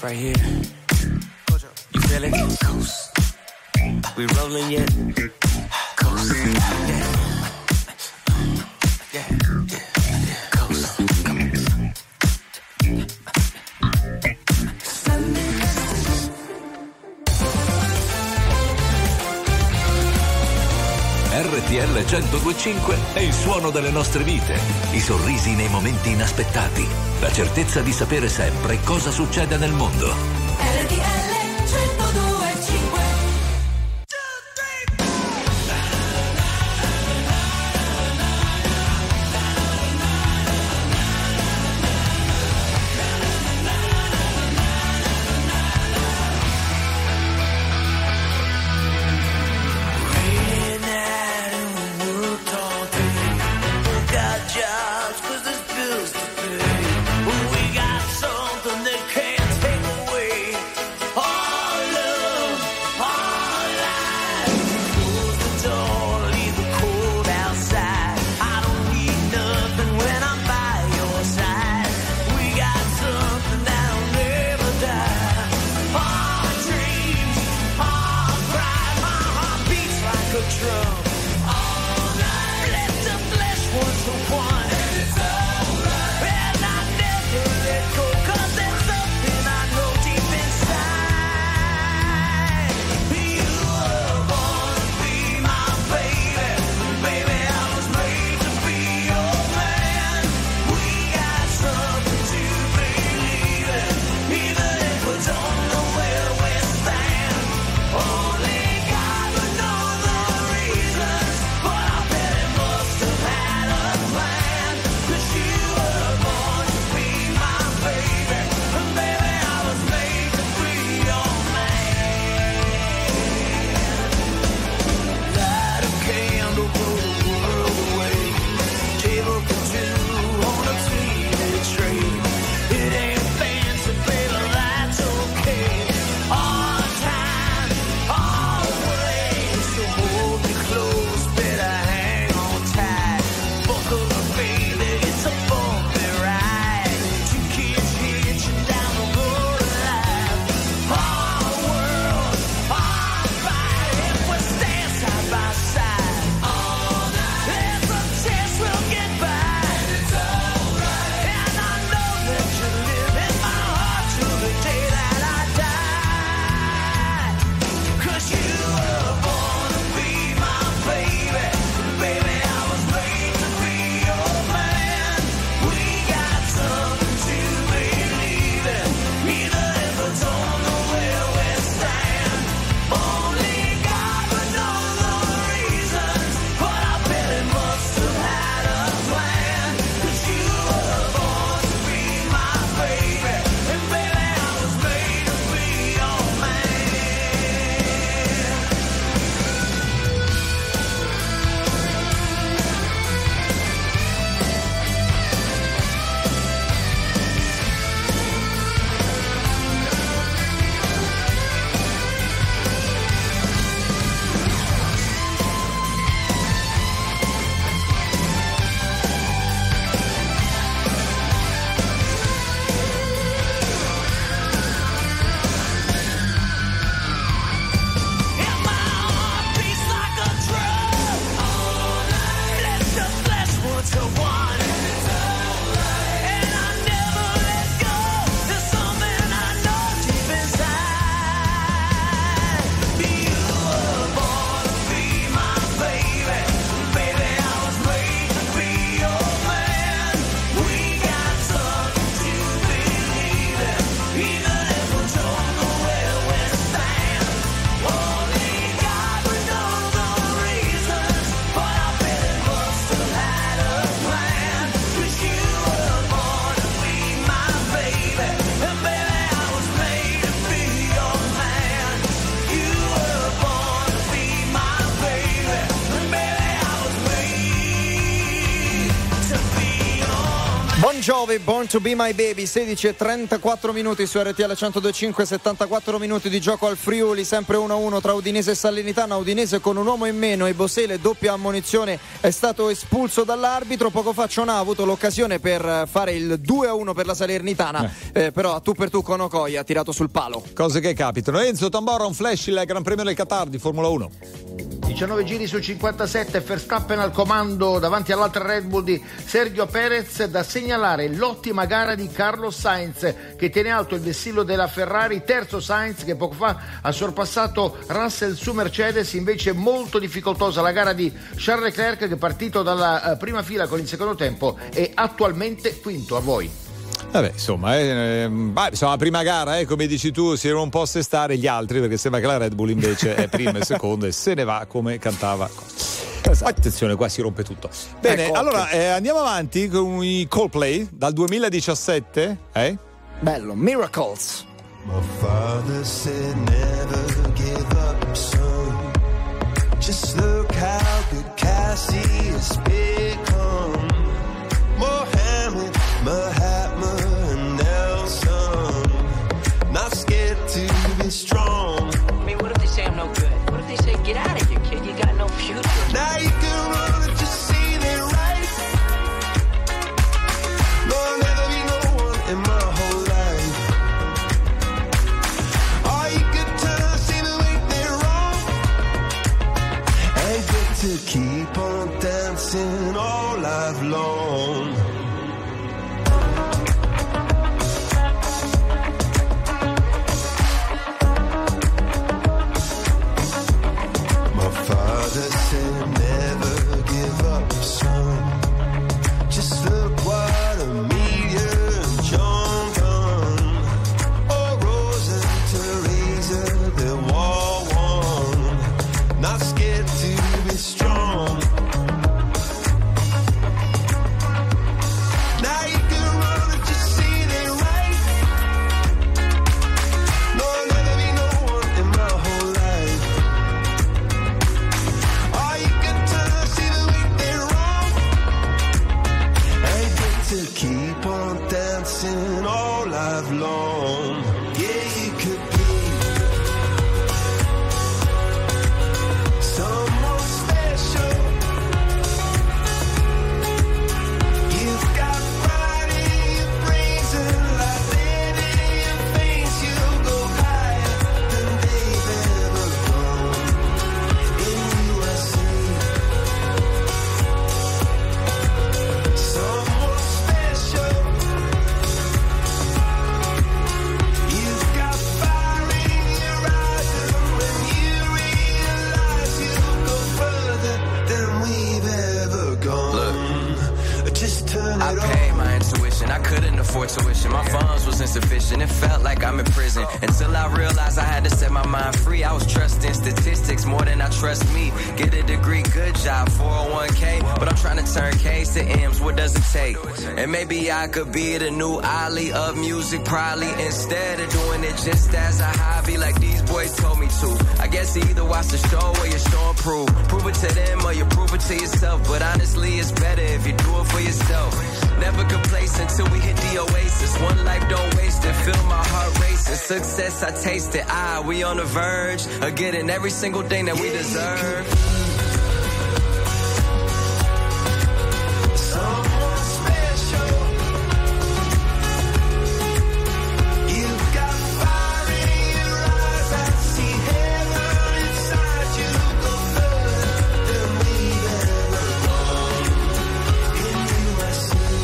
S10: right here. You feel it? Coast. We rolling yet? Coast. Yeah. Yeah. Yeah. Coast. Come on.
S5: R T L centodue e cinque è il suono delle nostre vite, i sorrisi nei momenti inaspettati, la certezza di sapere sempre cosa succede nel mondo.
S6: R T L centodue e cinque.
S10: Jobs, 'cause there's bills to pay. We got something they can't take away.
S2: Jovi, Born to be my baby. Sedici e trentaquattro minuti su R T L centodue e cinque, settantaquattro minuti di gioco al Friuli, sempre uno a uno tra Udinese e Salernitana. Udinese con un uomo in meno e Bosele, doppia ammonizione, è stato espulso dall'arbitro. Poco fa Ciona ha avuto l'occasione per fare il due a uno per la Salernitana, eh. Eh, però a tu per tu con Okoye ha tirato sul palo.
S1: Cose che capitano. Enzo Tambora, un flash, il Gran Premio del Qatar di Formula uno.
S18: diciannove giri su cinquantasette, Verstappen al comando davanti all'altra Red Bull di Sergio Perez. Da segnalare l'ottima gara di Carlos Sainz che tiene alto il vessillo della Ferrari, terzo Sainz che poco fa ha sorpassato Russell su Mercedes. Invece molto difficoltosa la gara di Charles Leclerc che è partito dalla prima fila con il secondo tempo e attualmente quinto. A voi.
S1: Vabbè, insomma, eh, bah, insomma, la prima gara, eh, come dici tu, si devono un po' assestare gli altri, perché sembra che la Red Bull invece è prima e seconda e se ne va come cantava. Esatto. Attenzione, qua si rompe tutto. Bene, ecco, allora eh, andiamo avanti con i Coldplay dal duemiladiciassette. Eh?
S2: Bello, Miracles.
S21: My father said never give up, son. Just look how good Cassie has become. Mohammed, Mahatma, and Nelson. Not scared to be strong.
S22: I mean, what if they say I'm no good? What if they say, get out of here, kid? You got no future.
S21: Now you can run and just see it right. No, I'll never be no one in my whole life. Or you could turn, see the way they're wrong. And get to keep on dancing all life long. Father said never give up, son. Just look what a meteor and John done. Oh, Rose and Teresa, they're all one. Not scared to be strong. Now you can run and just see they're right. No, I'll never be no one in my whole life. To keep on dancing all life long. Yeah, you could be someone special. You've got pride in your brains and life in your veins. You'll go higher than they've ever gone. In you I see someone.
S22: I paid my intuition, I couldn't afford tuition. My funds was insufficient, it felt like I'm in prison. Until I realized I had to set my mind free. I was trusting statistics more than I trust me. Get a degree, good job, four oh one k. But I'm trying to turn K's to M's, what does it take? And maybe I could be the new Ali of music, probably. Instead of doing it just as a hobby like these boys told me to. I guess you either watch the show or you show and prove. Prove it to them or you prove it to yourself. But honestly, it's better if you do it for yourself. Never complacent till we hit the oasis. One life, don't waste it. Feel my heart racing. Success, I taste it. Ah, we on the verge of getting every single thing that we deserve.
S21: Someone special. You've got fire in your eyes. I see heaven inside you. Go further than we've ever gone. In you I see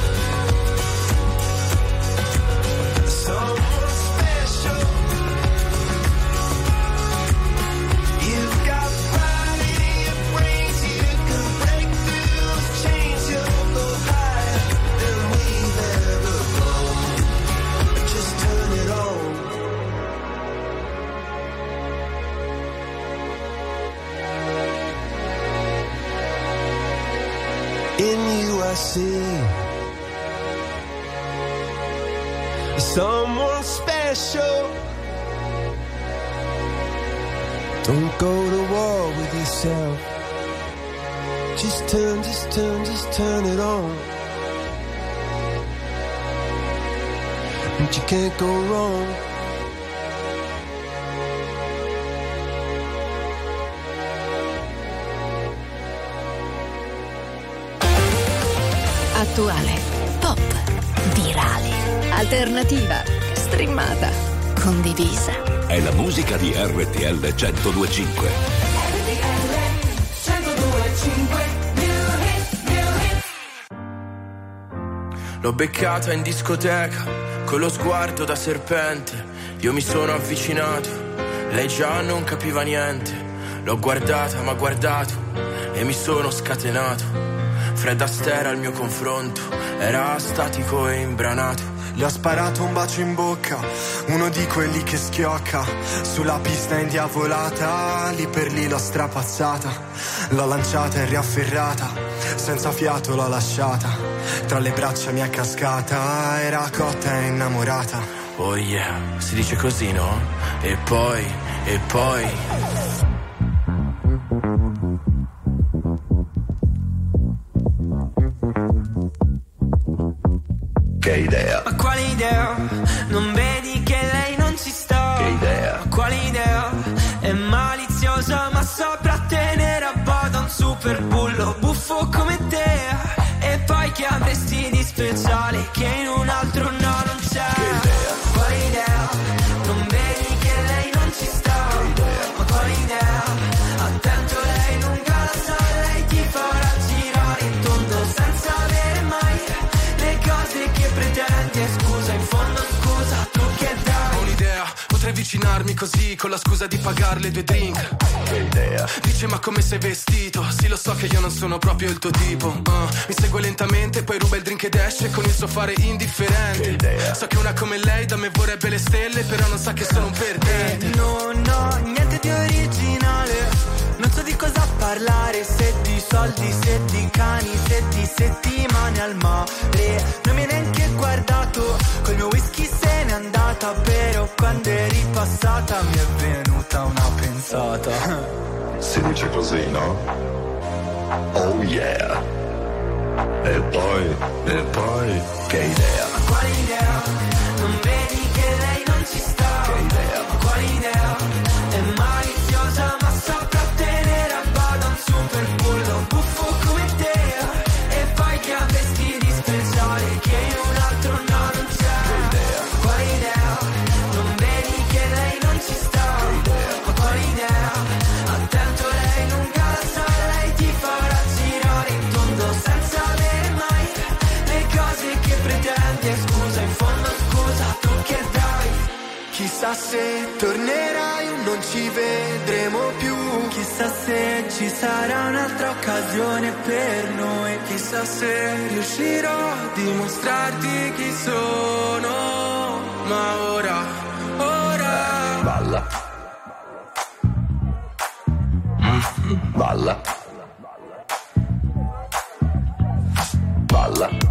S21: someone special. You've got pride in your brains. You can break through those chains. You'll go higher than we've ever gone. Just turn it on. In you I see someone special. Don't go to war with yourself. Just turn, just turn, just turn it on. but you can't go wrong.
S11: Attuale, pop, virale, alternativa, streamata, condivisa.
S5: È la musica di R T L centodue e cinque.
S4: L'ho beccata in discoteca, con lo sguardo da serpente. Io mi sono avvicinato, lei già non capiva niente. L'ho guardata, m'ha guardato e mi sono scatenato. Fred Astaire al mio confronto, era statico e imbranato.
S8: Le ho sparato un bacio in bocca, uno di quelli che schiocca. Sulla pista indiavolata, lì per lì l'ho strapazzata. L'ho lanciata e riafferrata, senza fiato l'ho lasciata. Tra le braccia mi è cascata, era cotta e innamorata.
S4: Oh yeah, si dice così, no? E poi, e poi...
S5: Che idea?
S10: Ma quale idea? Non vedi che lei non ci sta?
S5: Che idea?
S10: Ma quale idea? È maliziosa ma saprà tenere a bada un super bullo buffo come te. E poi che avresti di speciale che in un altro no non c'è?
S5: Che idea?
S10: Quale idea? Non vedi che lei non ci sta?
S5: Che idea?
S10: Ma quale idea? Attento, lei lunga la sa, lei ti farà girare in tondo senza avere mai le cose che pretendi. Scusa, in fondo scusa, tu che dai?
S13: Ho un'idea, potrei avvicinarmi così con la scusa di pagarle due drink.
S5: Che idea?
S13: Dice ma come sei vestito? Sì, lo so che io non sono proprio il tuo tipo. uh, Mi segue lentamente, poi ruba il drink ed esce con il suo fare indifferente.
S5: Che idea?
S13: So che una come lei da me vorrebbe le stelle, però non sa che sono un perdente.
S10: Eh, no, no, niente di originale. Non so di cosa parlare, se di soldi, se di cani, se di settimane al mare. Non mi hai neanche guardato, col mio whisky se n'è andata. Però quando eri passata mi è venuta una pensata.
S5: Si dice così, no? Oh yeah. E poi, e poi, che idea?
S10: Ma quale idea? Non vedi che lei non ci sta?
S5: Che idea?
S10: Ma quale idea? È maliziosa ma saprà tenere a bada un super bullo buffo come te. E poi che avresti di speciale che in un altro no non c'è?
S5: Che idea?
S10: Ma quale idea? Non vedi che lei non ci sta?
S5: Che idea?
S10: Ma quale idea? Attento, lei lunga la sa, lei ti farà girare in tondo senza avere mai le cose che pretendi. E scusa, in fondo scusa, tu che dai? Chissà se tornerai o non ci vedremo più. Chissà se ci sarà un'altra occasione per noi. Chissà se riuscirò a dimostrarti chi sono. Ma ora, ora
S5: Balla. Balla. Balla.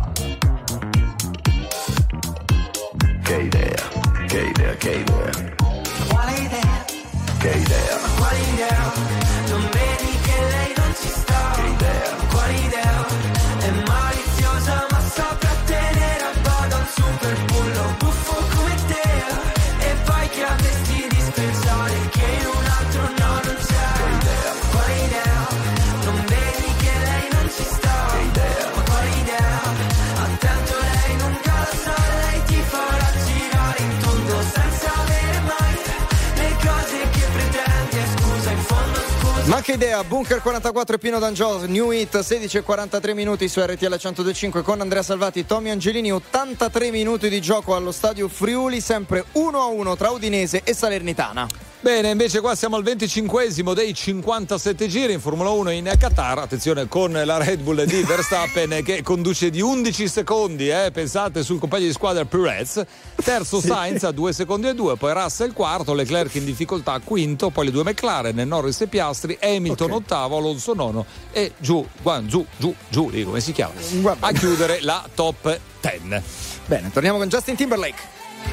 S5: Che idea? Che idea? Che idea?
S10: quale idea?
S5: Che idea?
S10: Ma quale idea? Non vedi che lei non ci sta?
S5: Che idea?
S10: Ma quale idea? È maliziosa ma saprà tenere a bada un super bullo buffo come te. E poi che avresti di speciale che in un altro no non c'è?
S5: Che idea?
S10: Ma quale idea? Non vedi che lei non ci sta?
S5: Che idea?
S10: Ma quale idea? Attento, lei lunga la sa, lei ti farà girare in tondo senza avere mai le cose che pretendi. E scusa, in fondo scusa.
S2: Ma che idea, Bunker quarantaquattro e Pino D'Angelo, New Hit, sedici e quarantatré minuti su R T L centodue e cinque con Andrea Salvati, Tommy Angelini, ottantatré minuti di gioco allo stadio Friuli, sempre uno a uno tra Udinese e Salernitana.
S1: Bene, invece qua siamo al venticinquesimo dei cinquantasette giri in Formula uno in Qatar. Attenzione con la Red Bull di Verstappen che conduce di undici secondi, eh, pensate, sul compagno di squadra Perez. Terzo sì. Sainz a due secondi e due, poi Russell quarto, Leclerc in difficoltà quinto, poi le due McLaren, Norris e Piastri, Hamilton okay. ottavo, Alonso nono e giù, giù, giù, giù, dico, come si chiama? Guarda. A chiudere la top dieci.
S2: Bene, torniamo con Justin Timberlake.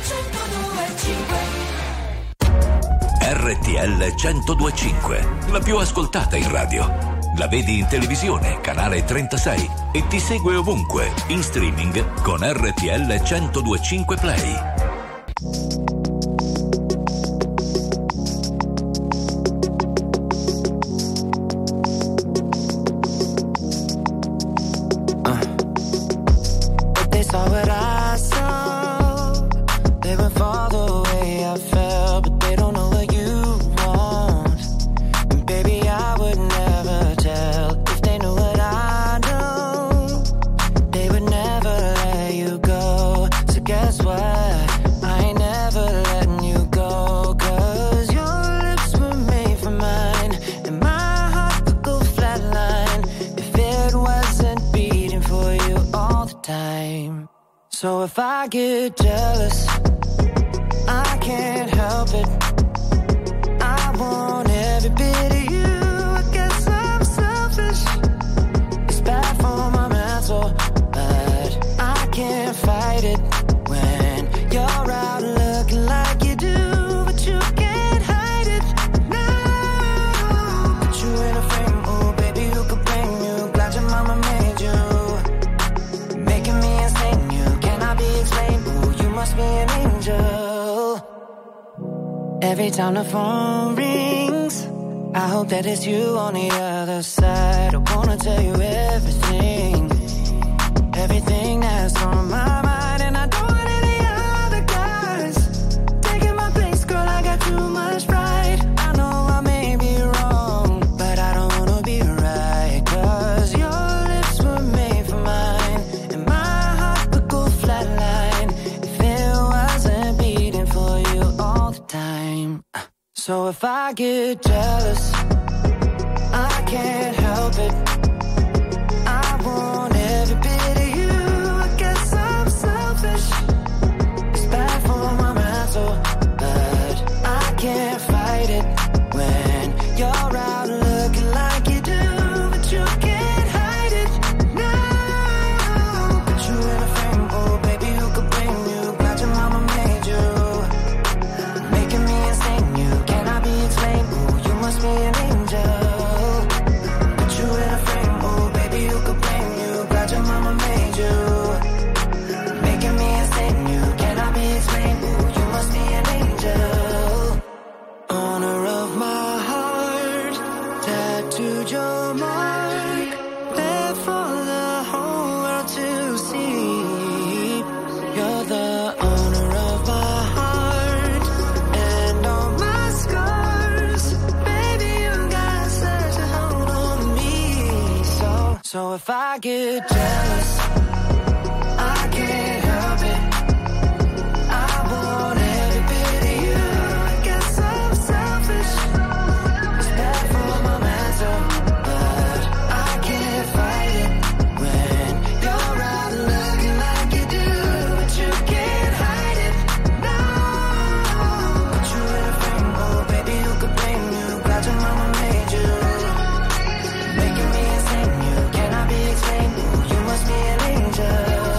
S5: R T L centodue e cinque, la più ascoltata in radio. La vedi in televisione, canale trentasei, e ti segue ovunque, in streaming con R T L centodue e cinque Play.
S10: So if I get jealous, I can't help it. I want every bit of you. I guess I'm selfish. It's bad for my mental, but I can't fight it when you're out looking like you do, but you can't hide it. No, put you in a frame, oh baby, who could blame you? Glad your mama made you, making me insane. You cannot be explained. Ooh, you must be an angel. Every time the phone rings, I hope that it's you on the other side. I wanna tell you everything, everything that's on my mind, and I don't want any other guys taking my place, girl. I got too much pride. I know I may be wrong, but I don't wanna be right, 'cause your lips were made for mine, and my heart could go flatline if it wasn't beating for you all the time. So if I get jealous, I can't help it. I want every bit of you. I guess I'm selfish. It's bad for my mental, but I can't fight it when you're out looking like you do, but you can't hide it. No, put you in a frame, oh baby, who could blame you? Glad your mama made you, making me insane. You cannot be explained. Ooh, you must be an angel. Put you in a frame, oh baby, who could blame you? Glad your mama made you, making me insane. You cannot be explained. Ooh, you must be an angel. Honor of my heart, tattooed your mark, there for the whole world to see. You're the owner of my heart and all my scars. Baby, you got such a hold on me. So, so if I get jealous, I can't help it. I want every bit of you. I guess I'm selfish. It's bad for my mental, but I can't fight it when you're out looking like you do, but you can't hide it. No, put you in a frame, oh baby, who could blame you? Glad your mama made you, making me insane. You cannot be explained. Ooh, you must be an angel.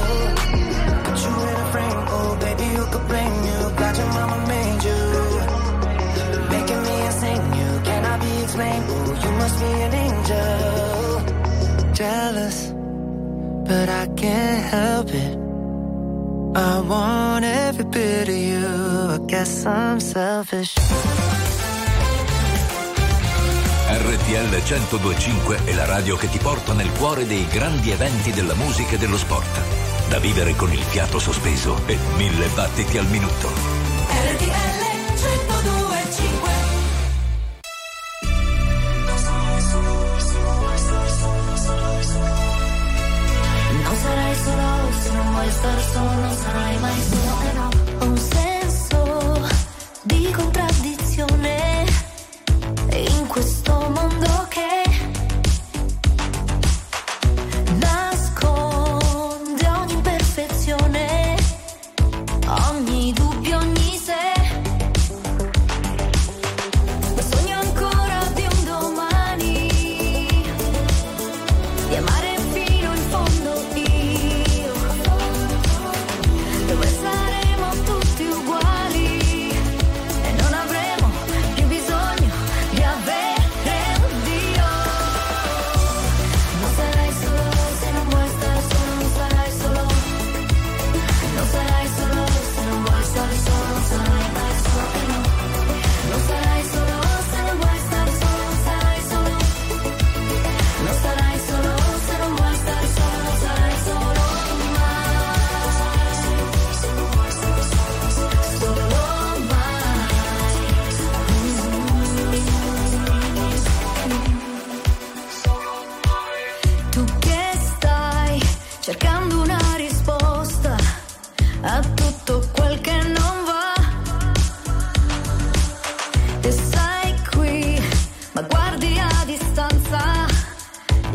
S10: Put you in a frame, oh baby, who could blame you? Glad your mama made you, making me insane. You cannot be explained. Ooh, you must be an angel. Jealous, but I can't help it. I want every bit of you. I guess I'm selfish.
S5: R T L centodue e cinque è la radio che ti porta nel cuore dei grandi eventi della musica e dello sport. Da vivere con il fiato sospeso e mille battiti al minuto.
S6: R T L centodue e cinque.
S7: Non sarai solo se non vuoi star solo, non sarai mai solo, eh no. Ho un senso di contraddizione in questo mondo che nasconde ogni imperfezione, ogni dubbio, ogni se. Ma sogno ancora di un domani, di amare fino in fondo io, dove saremo tutti uguali e non avremo più bisogno di avere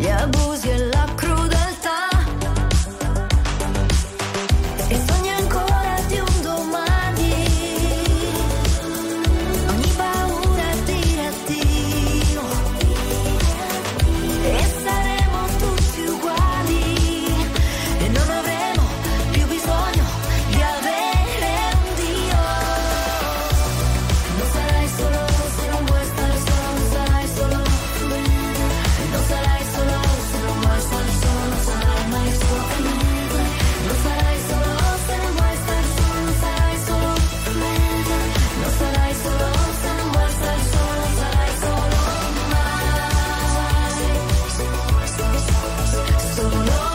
S6: gli abusi e la crudeltà. E sogno ancora di un domani, ogni paura è dire addio, e saremo tutti uguali, e non avremo più bisogno di avere un Dio. Non sarai solo se non vuoi stare solo, non sarai solo, non sarai solo se non vuoi stare solo, non sarai mai solo, non sarai solo se non vuoi stare solo, non sarai solo, non sarai solo se non vuoi stare solo, non sarai solo mai, solo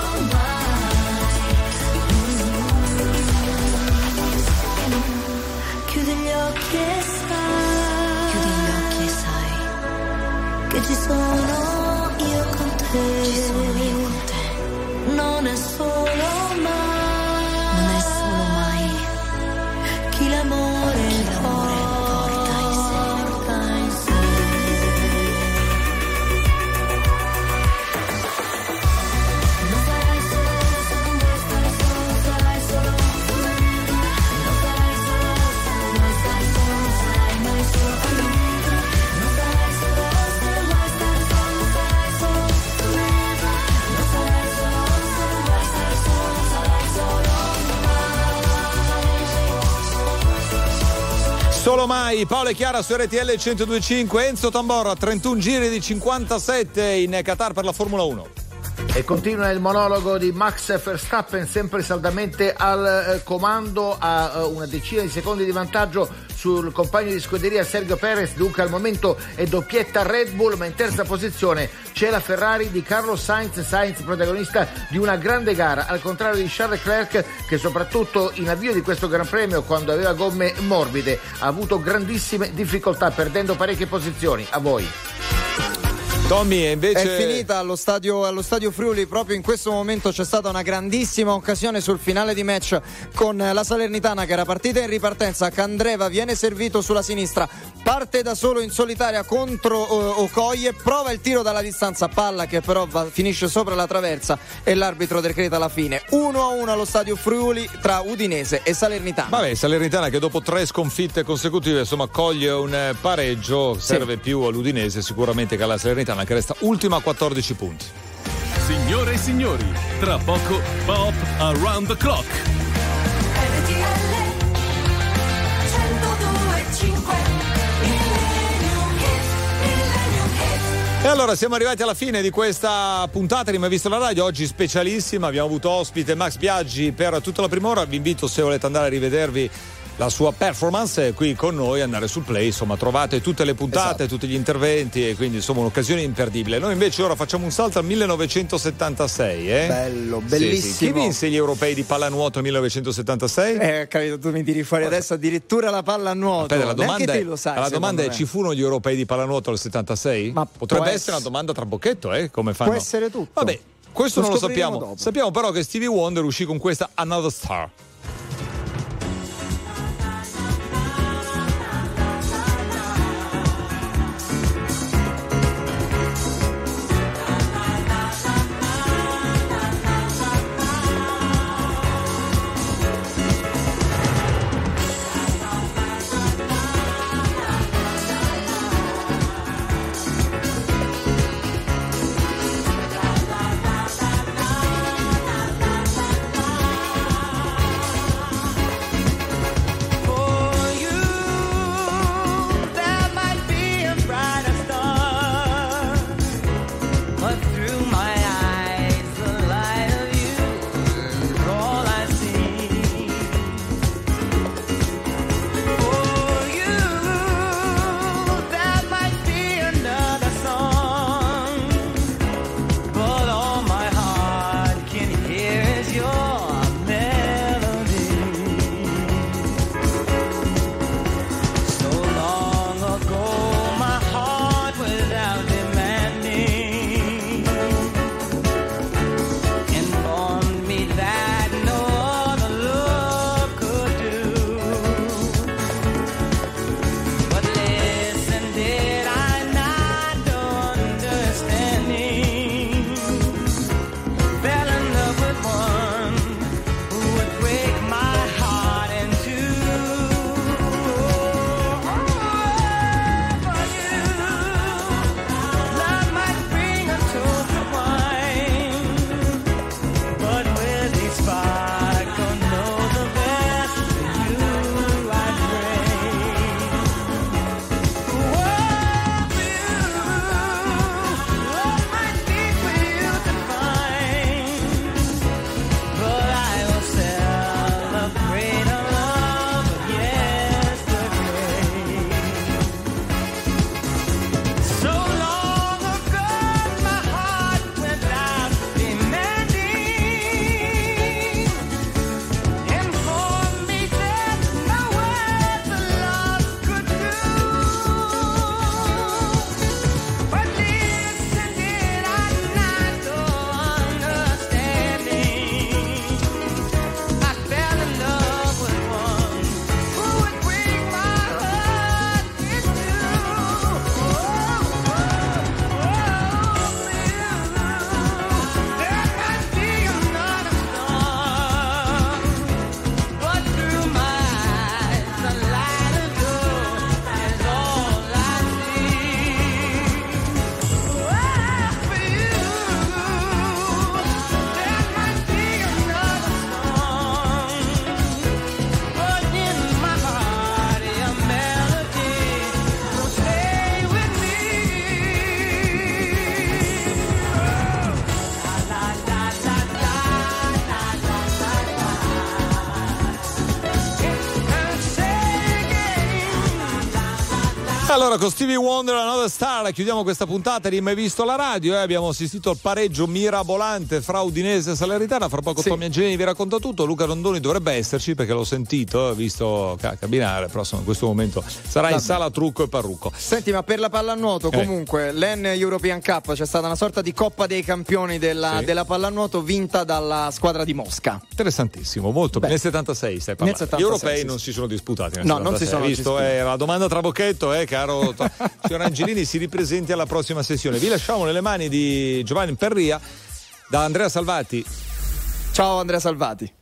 S6: mai. Chiudi gli occhi e sai, chiudi gli occhi e sai che ci sono io con te, ci sono io con te. Non è solo mai, non è solo mai chi l'amore, chi l'amore porta in sé, porta in sé. Non sarai solo se non vuoi stare solo, non sarai solo, non sarai solo se non vuoi stare solo, non sarai mai solo, non sarai solo se non vuoi stare solo, non sarai solo, non sarai solo se non vuoi stare solo, non sarai solo
S1: Solo mai, Paolo e Chiara su R T L centodue e cinque. Enzo Tambora, trentuno giri di cinquantasette in Qatar per la Formula uno.
S18: E continua il monologo di Max Verstappen, sempre saldamente al eh, comando, a eh, una decina di secondi di vantaggio sul compagno di scuderia Sergio Perez. Dunque al momento è doppietta Red Bull, ma in terza posizione c'è la Ferrari di Carlos Sainz, Sainz protagonista di una grande gara, al contrario di Charles Leclerc, che soprattutto in avvio di questo Gran Premio, quando aveva gomme morbide, ha avuto grandissime difficoltà, perdendo parecchie posizioni. A voi.
S1: Tommy, e invece
S2: è finita allo stadio, allo stadio Friuli. Proprio in questo momento c'è stata una grandissima occasione sul finale di match con la Salernitana, che era partita in ripartenza. Candreva viene servito sulla sinistra, parte da solo in solitaria contro uh, Okoye, prova il tiro dalla distanza, palla che però va, finisce sopra la traversa, e l'arbitro decreta alla fine uno a uno allo stadio Friuli tra Udinese e Salernitana.
S1: Vabbè, Salernitana che dopo tre sconfitte consecutive insomma coglie un pareggio, serve sì. più all'Udinese sicuramente che alla Salernitana, che resta ultima a quattordici punti.
S9: Signore e signori, tra poco Pop Around the Clock.
S6: R T L centodue e cinque.
S1: E allora siamo arrivati alla fine di questa puntata di Mai Visto la Radio, oggi specialissima, abbiamo avuto ospite Max Biaggi per tutta la prima ora. Vi invito, se volete andare a rivedervi la sua performance qui con noi, andare sul Play, insomma trovate tutte le puntate, esatto. tutti gli interventi, e quindi insomma un'occasione imperdibile. Noi invece ora facciamo un salto al millenovecentosettantasei, eh?
S2: Bello, bellissimo.
S1: Sì, sì. Chi vinse gli europei di pallanuoto millenovecentosettantasei?
S2: Eh, capito, tu mi tiri fuori adesso addirittura la pallanuoto.
S1: Aspetta, la domanda
S2: te
S1: è,
S2: lo sai,
S1: la domanda è:
S2: me.
S1: ci furono gli europei di pallanuoto nel settantasei?
S2: Ma
S1: potrebbe essere
S2: essere
S1: una domanda trabocchetto, eh? Come fanno?
S2: Può essere tutto.
S1: Vabbè, questo
S2: lo
S1: non lo sappiamo.
S2: dopo.
S1: Sappiamo però che Stevie Wonder uscì con questa Another Star. Allora, con Stevie Wonder Another Star chiudiamo questa puntata di Mai Visto la Radio. Eh? Abbiamo assistito al pareggio mirabolante fra Udinese e Salernitana. Fra poco sì. Tommy Angelini vi racconta tutto. Luca Rondoni dovrebbe esserci perché l'ho sentito, visto camminare, però insomma, in questo momento sarà in sala trucco e parrucco.
S2: Senti, ma per la pallanuoto eh. comunque l'En European Cup c'è stata una sorta di Coppa dei Campioni della, sì. della pallanuoto vinta dalla squadra di Mosca.
S1: Interessantissimo, molto bene. Nel settantasei stai parlando.
S2: settantasei,
S1: Gli europei
S2: sì,
S1: non
S2: sì.
S1: si sono disputati.
S2: No, non si sono
S1: visto, eh, la domanda Trabocchetto, eh, caro signor Angelini, si ripresenti alla prossima sessione. Vi lasciamo nelle mani di Giovanni Perria da Andrea Salvati.
S2: Ciao Andrea Salvati.